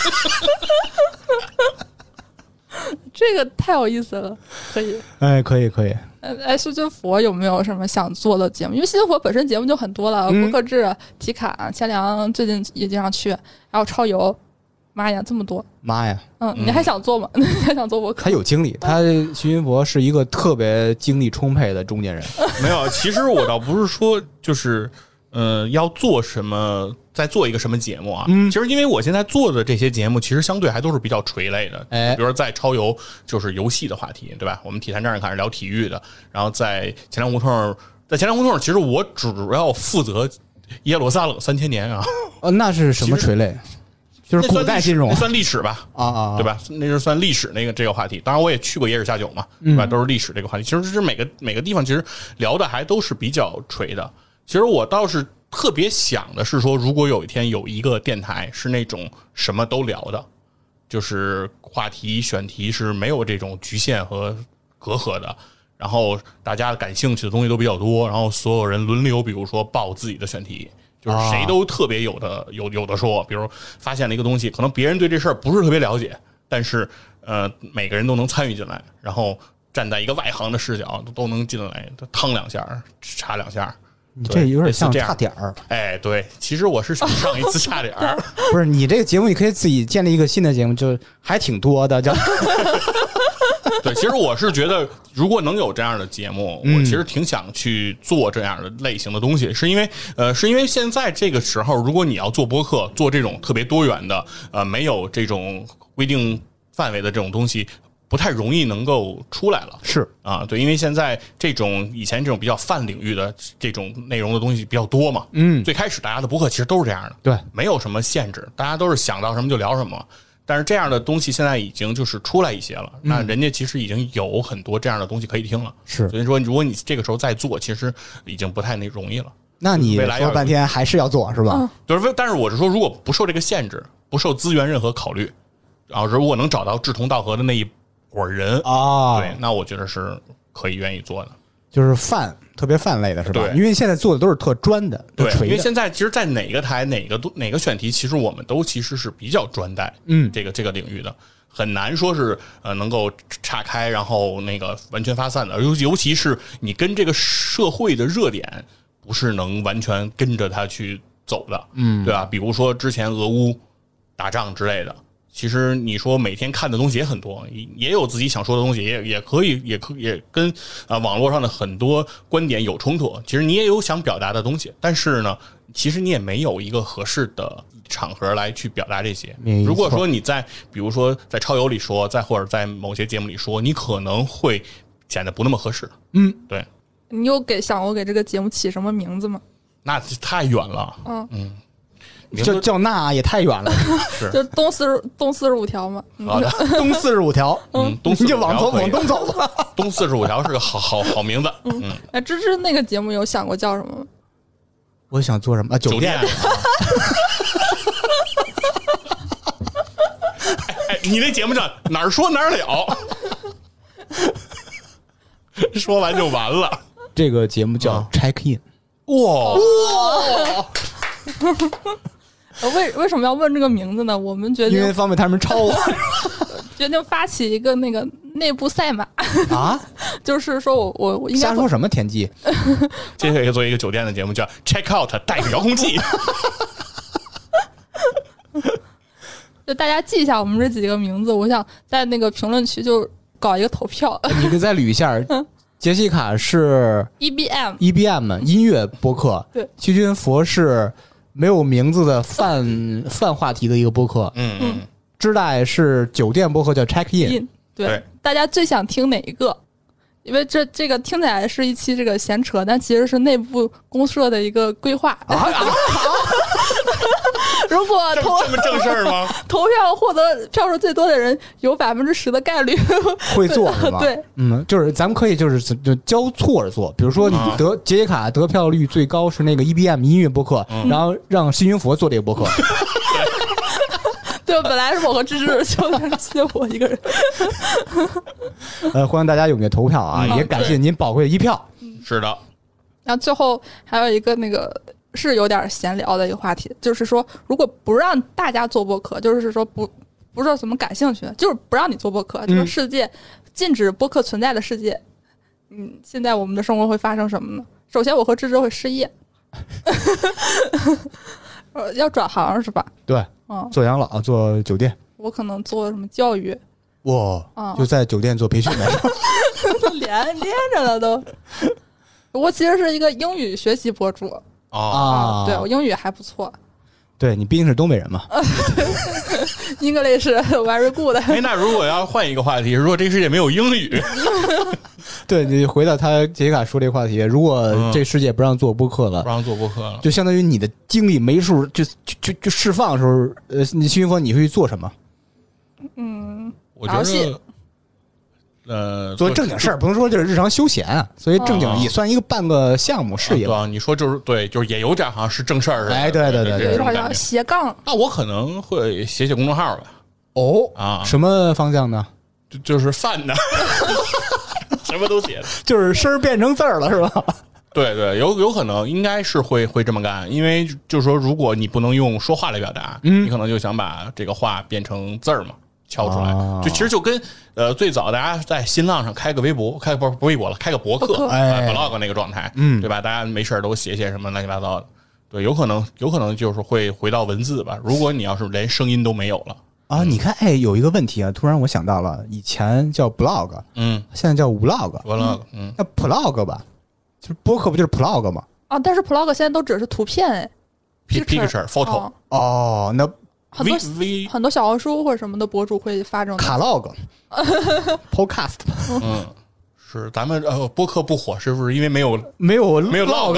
这个太有意思了，可以。 哎，可以可以。 哎，苏金佛有没有什么想做的节目？因为苏金佛本身节目就很多了，播客制、提卡、千良最近也经常去，还有超游。妈呀，这么多！ 妈呀， 嗯，你还想做吗？你还想做播客？ 他有精力，他徐云博是一个特别精力充沛的中年人。 没有，其实我倒不是说就是呃要做什么，再做一个什么节目啊。嗯，其实因为我现在做的这些节目，其实相对还都是比较垂类的。哎，比如说在超游就是游戏的话题，对吧？我们体坛站上看是聊体育的，然后在钱粮胡同，在钱粮胡同，其实我主要负责耶路撒冷三千年啊。 哦，那是什么垂类？ 就是古代金融， 那算历史吧？ 啊啊， 对吧？那是算历史那个这个话题。当然，我也去过野史下酒嘛，对吧？都是历史这个话题。其实是每个每个地方其实聊的还都是比较垂的。其实我倒是特别想的是说，如果有一天有一个电台是那种什么都聊的，就是话题选题是没有这种局限和隔阂的。然后大家感兴趣的东西都比较多，然后所有人轮流，比如说报自己的选题，就是谁都特别有的有有的说。比如发现了一个东西，可能别人对这事儿不是特别了解，但是呃每个人都能参与进来，然后站在一个外行的视角都能进来，趟两下，插两下。 你这有点像差点儿。 哎，对，其实我是比上一次差点儿。 不是你这个节目，你可以自己建立一个新的节目，就还挺多的，叫。 对，其实我是觉得，如果能有这样的节目，我其实挺想去做这样的类型的东西，是因为，呃，是因为现在这个时候，如果你要做播客，做这种特别多元的，呃，没有这种规定范围的这种东西，不太容易能够出来了。 是啊，对，因为现在这种以前这种比较泛领域的这种内容的东西比较多嘛。嗯，最开始大家的播客其实都是这样的， 对， 没有什么限制，大家都是想到什么就聊什么。但是这样的东西现在已经就是出来一些了，那人家其实已经有很多这样的东西可以听了。 是， 所以说如果你这个时候再做，其实已经不太那容易了。 那你说半天还是要做是吧？ 就是，但是我是说，如果不受这个限制，不受资源任何考虑，然后如果能找到志同道合的那一伙人啊， 对，那我觉得是可以愿意做的。 就是泛特别泛类的是吧？因为现在做的都是特专的， 对，因为现在其实，在哪个台、哪个哪个选题，其实我们都其实是比较专带，嗯，这个这个领域的，很难说是呃能够岔开，然后那个完全发散的。尤尤其是你跟这个社会的热点不是能完全跟着它去走的，嗯，对吧？比如说之前俄乌打仗之类的。其实你说每天看的东西也很多，也有自己想说的东西，也也可以，也可也跟啊、呃、网络上的很多观点有冲突。其实你也有想表达的东西，但是呢，其实你也没有一个合适的场合来去表达这些。如果说你在比如说在超游里说，再或者在某些节目里说，你可能会显得不那么合适。嗯，对。 你有给想过给这个节目起什么名字吗？ 那太远了。嗯嗯。 就叫那也太远了， 是就东四十东四十五条嘛。 好的， 东四十五条， 嗯，东你就往走往东走吧。 东四十五条是个好好好名字。嗯， 哎，芝芝那个节目有想过叫什么吗？ 我想做什么？啊、酒店。 酒店哎，你那节目叫哪儿说哪儿了，说完就完了。 这个节目叫 Check In。 哇哇！ 为为什么要问这个名字呢？我们决定因为方便他们抄我， 决定发起一个那个内部赛马啊， 就是说我我我应该瞎说什么田忌？ 接下来做一个酒店的节目叫 Check Out， 带个遥控器。 就大家记一下我们这几个名字，我想在那个评论区就搞一个投票。 你可以再捋一下。杰西卡是 E B M E B M 音乐播客， 对， 七军佛是没有名字的泛泛话题的一个播客， 嗯嗯， 知代是酒店播客叫 Check In， 对，对大家最想听哪一个？因为这这个听起来是一期这个闲扯，但其实是内部公社的一个规划。啊啊如果投这么正事儿吗？ 投票获得票数最多的人有百分之十的概率会做，是吧？ 对， 嗯，就是咱们可以就是就交错着做，比如说你得杰西卡得票率最高是那个 E B M 音乐播客，嗯、然后让新云佛做这个播客。 对，本来是我和芝芝，就就我一个人。 呃，欢迎大家踊跃投票啊！嗯、也感谢您宝贵的一票。 是的。 然后最后还有一个那个是有点闲聊的一个话题，就是说，如果不让大家做播客，就是说不不是怎么感兴趣的，就是不让你做播客，这个世界禁止播客存在的世界，嗯，现在我们的生活会发生什么呢？首先，我和芝芝会失业。呃，要转行是吧？ 对，嗯，做养老，做酒店。 我可能做什么教育？ 哇，嗯、就在酒店做培训来着， 连连着了都。我其实是一个英语学习博主啊、 嗯，对我英语还不错。 对你毕竟是东北人嘛。 English very good。 哎，那如果要换一个话题，如果这个世界没有英语， 对，你回到他杰西卡说这个话题，如果这世界不让做播客了， 不让做播客了， 就相当于你的精力没数，就就就就释放的时候，呃，你徐云峰你会去做什么？ 嗯， 我觉得。呃， 做正经事儿，不能说就是日常休闲啊，所以正经也算一个半个项目事业。 对啊，你说就是对，就是也有点好像是正事儿似的。 哎，对对对对， 有点斜杠。 那我可能会写写公众号吧。 哦啊， 什么方向呢？ 就就是饭的，什么都写的， 就是声儿变成字儿了，是吧？ 对对，有有可能应该是会会这么干，因为就是说，如果你不能用说话来表达，嗯，你可能就想把这个话变成字儿嘛。敲出来， 哦、 就其实就跟呃最早大家在新浪上开个微博，开个不不微博了，开个博客， 哎 blog 那个状态， 嗯， 对吧？大家没事都写写什么乱七八糟的，对，有可能有可能就是会回到文字吧。如果你要是连声音都没有了啊，你看，哎，有一个问题啊，突然我想到了，以前叫 blog， 嗯， 现在叫 vlog，vlog， 嗯， 那 plog 吧，就是播客不就是 plog 吗？ 啊，但是 plog 现在都只是图片哎 ，picture photo， 哦，那。 很多很多小红书或者什么的博主会发这种卡 log podcast， 嗯，是咱们呃播客不火，是不是因为没有没有没有 log？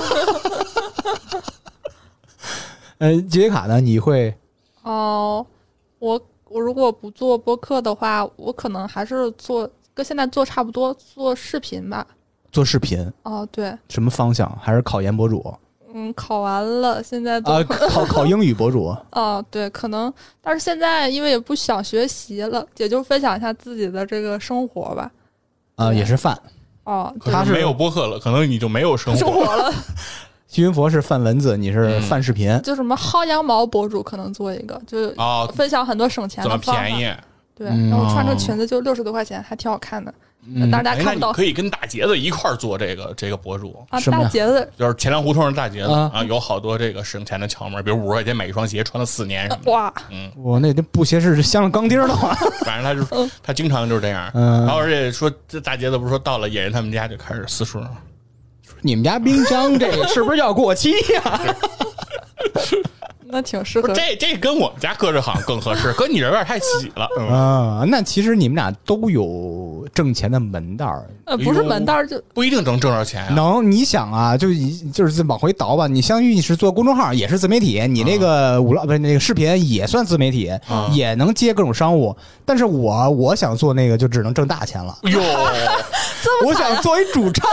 呃，杰西卡呢？你会？ 哦、呃，我我如果不做播客的话，我可能还是做跟现在做差不多，做视频吧。 做视频？ 哦、呃，对。 什么方向？还是考研博主？ 嗯，考完了，现在啊，考考英语博主。 哦，对，可能，但是现在因为也不想学习了，也就分享一下自己的这个生活吧。 啊，也是饭。 哦， 他是没有播客了，可能你就没有生活生活了。 徐云佛是泛文字，你是泛视频， 嗯、就什么薅羊毛博主可能做一个，就分享很多省钱的方法， 怎么便宜？ 对，然后穿成裙子就六十多块钱，还挺好看的。 嗯， 当然大家看不到。 哎、可以跟大杰子一块儿做这个这个博主啊，大杰子就是钱粮胡同的大杰子啊, 啊，有好多这个省钱的窍门，比如五十块钱买一双鞋，穿了四年什么的。 哇， 嗯， 我那那布鞋是镶了钢钉的吗？ 反正他就他经常就是这样。 嗯， 然后而且说这大杰子不是说到了野人他们家就开始私说， 说你们家冰箱这是不是要过期呀、啊？ 那挺适合， 这这跟我们家搁这好像更合适，搁你这有点太挤了、嗯、 啊。那其实你们俩都有挣钱的门道儿， 呃，不是门道就不一定能挣着钱、啊。 能，你想啊，就就是往回倒吧。你相当于你是做公众号，也是自媒体，你那个五不是那个视频也算自媒体， 啊、 也能接各种商务。但是我我想做那个，就只能挣大钱了。 哟， 我想做一主唱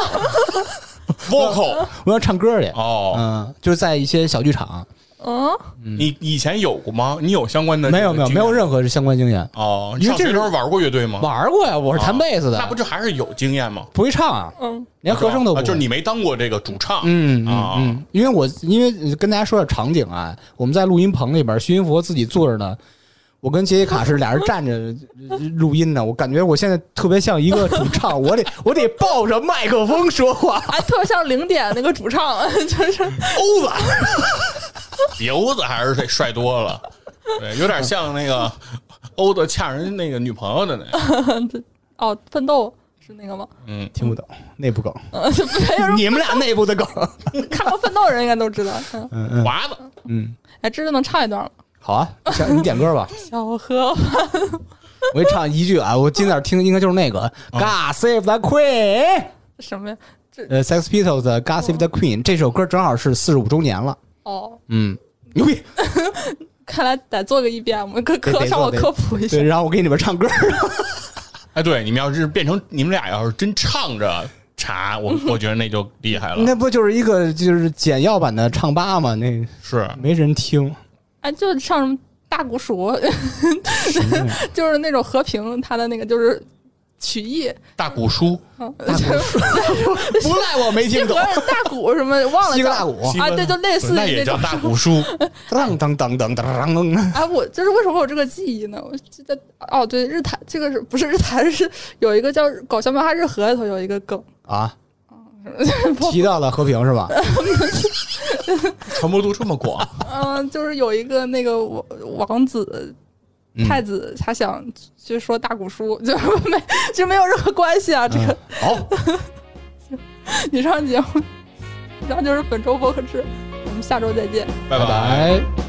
，vocal， 我要唱歌去。 哦， 嗯，就是在一些小剧场。 嗯， 你以前有过吗？你有相关的？ 没有没有没有任何相关经验哦。你上学时候玩过乐队吗？ 玩过呀，我是弹贝斯的、 哦。那不就还是有经验吗？ 不会唱啊， 嗯， 连和声都不会、 啊。就是你没当过这个主唱， 嗯啊、 嗯, 嗯，因为我因为跟大家说点场景啊，我们在录音棚里边，徐云佛自己坐着呢。我跟杰西卡是俩人站着录音呢，我感觉我现在特别像一个主唱，我得我得抱着麦克风说话， 还特别像零点那个主唱，就是欧子， 比欧子还是得帅多了，对，有点像那个欧子呛人那个女朋友的那个。 哦，奋斗是那个吗？ 嗯， 听不懂内部梗， 呃、 你们俩内部的梗， 看过奋斗的人应该都知道。 嗯嗯， 华子， 嗯， 哎，这是能唱一段吗？ 好啊，你点歌吧。 小河我给唱一句啊，我今天听应该就是那个、哦、God Save the Queen 什么呀？ 呃 Sex Pistols 的 God Save the Queen、哦、这首歌正好是四十五周年了。 哦， 嗯，牛逼！ 看来得做个 E B M， 科科让我科普一下。 对，然后我给你们唱歌。 哎，对，你们要是变成你们俩要是真唱着查，我我觉得那就厉害了。 那不就是一个就是简要版的唱吧吗？那是没人听。 哎，就唱什么大鼓鼠，就是那种和平，他的那个就是曲艺大鼓书， 嗯、 大鼓书不赖我没听懂。 大鼓什么忘了？ 西格大鼓啊，对，就类似于那也叫大鼓书。 当当当当当当。 哎，我就是为什么会有这个记忆呢？我记得哦，对，日坛这个是不是日坛是有一个叫搞笑漫画日和里头有一个梗啊。提到了和平是吧？ 传播度这么广。 嗯，就是有一个那个王子太子，他想去说大鼓书，就没就没有任何关系啊。这个好， 以上节目，以上就是本周播客志，我们下周再见， 拜拜。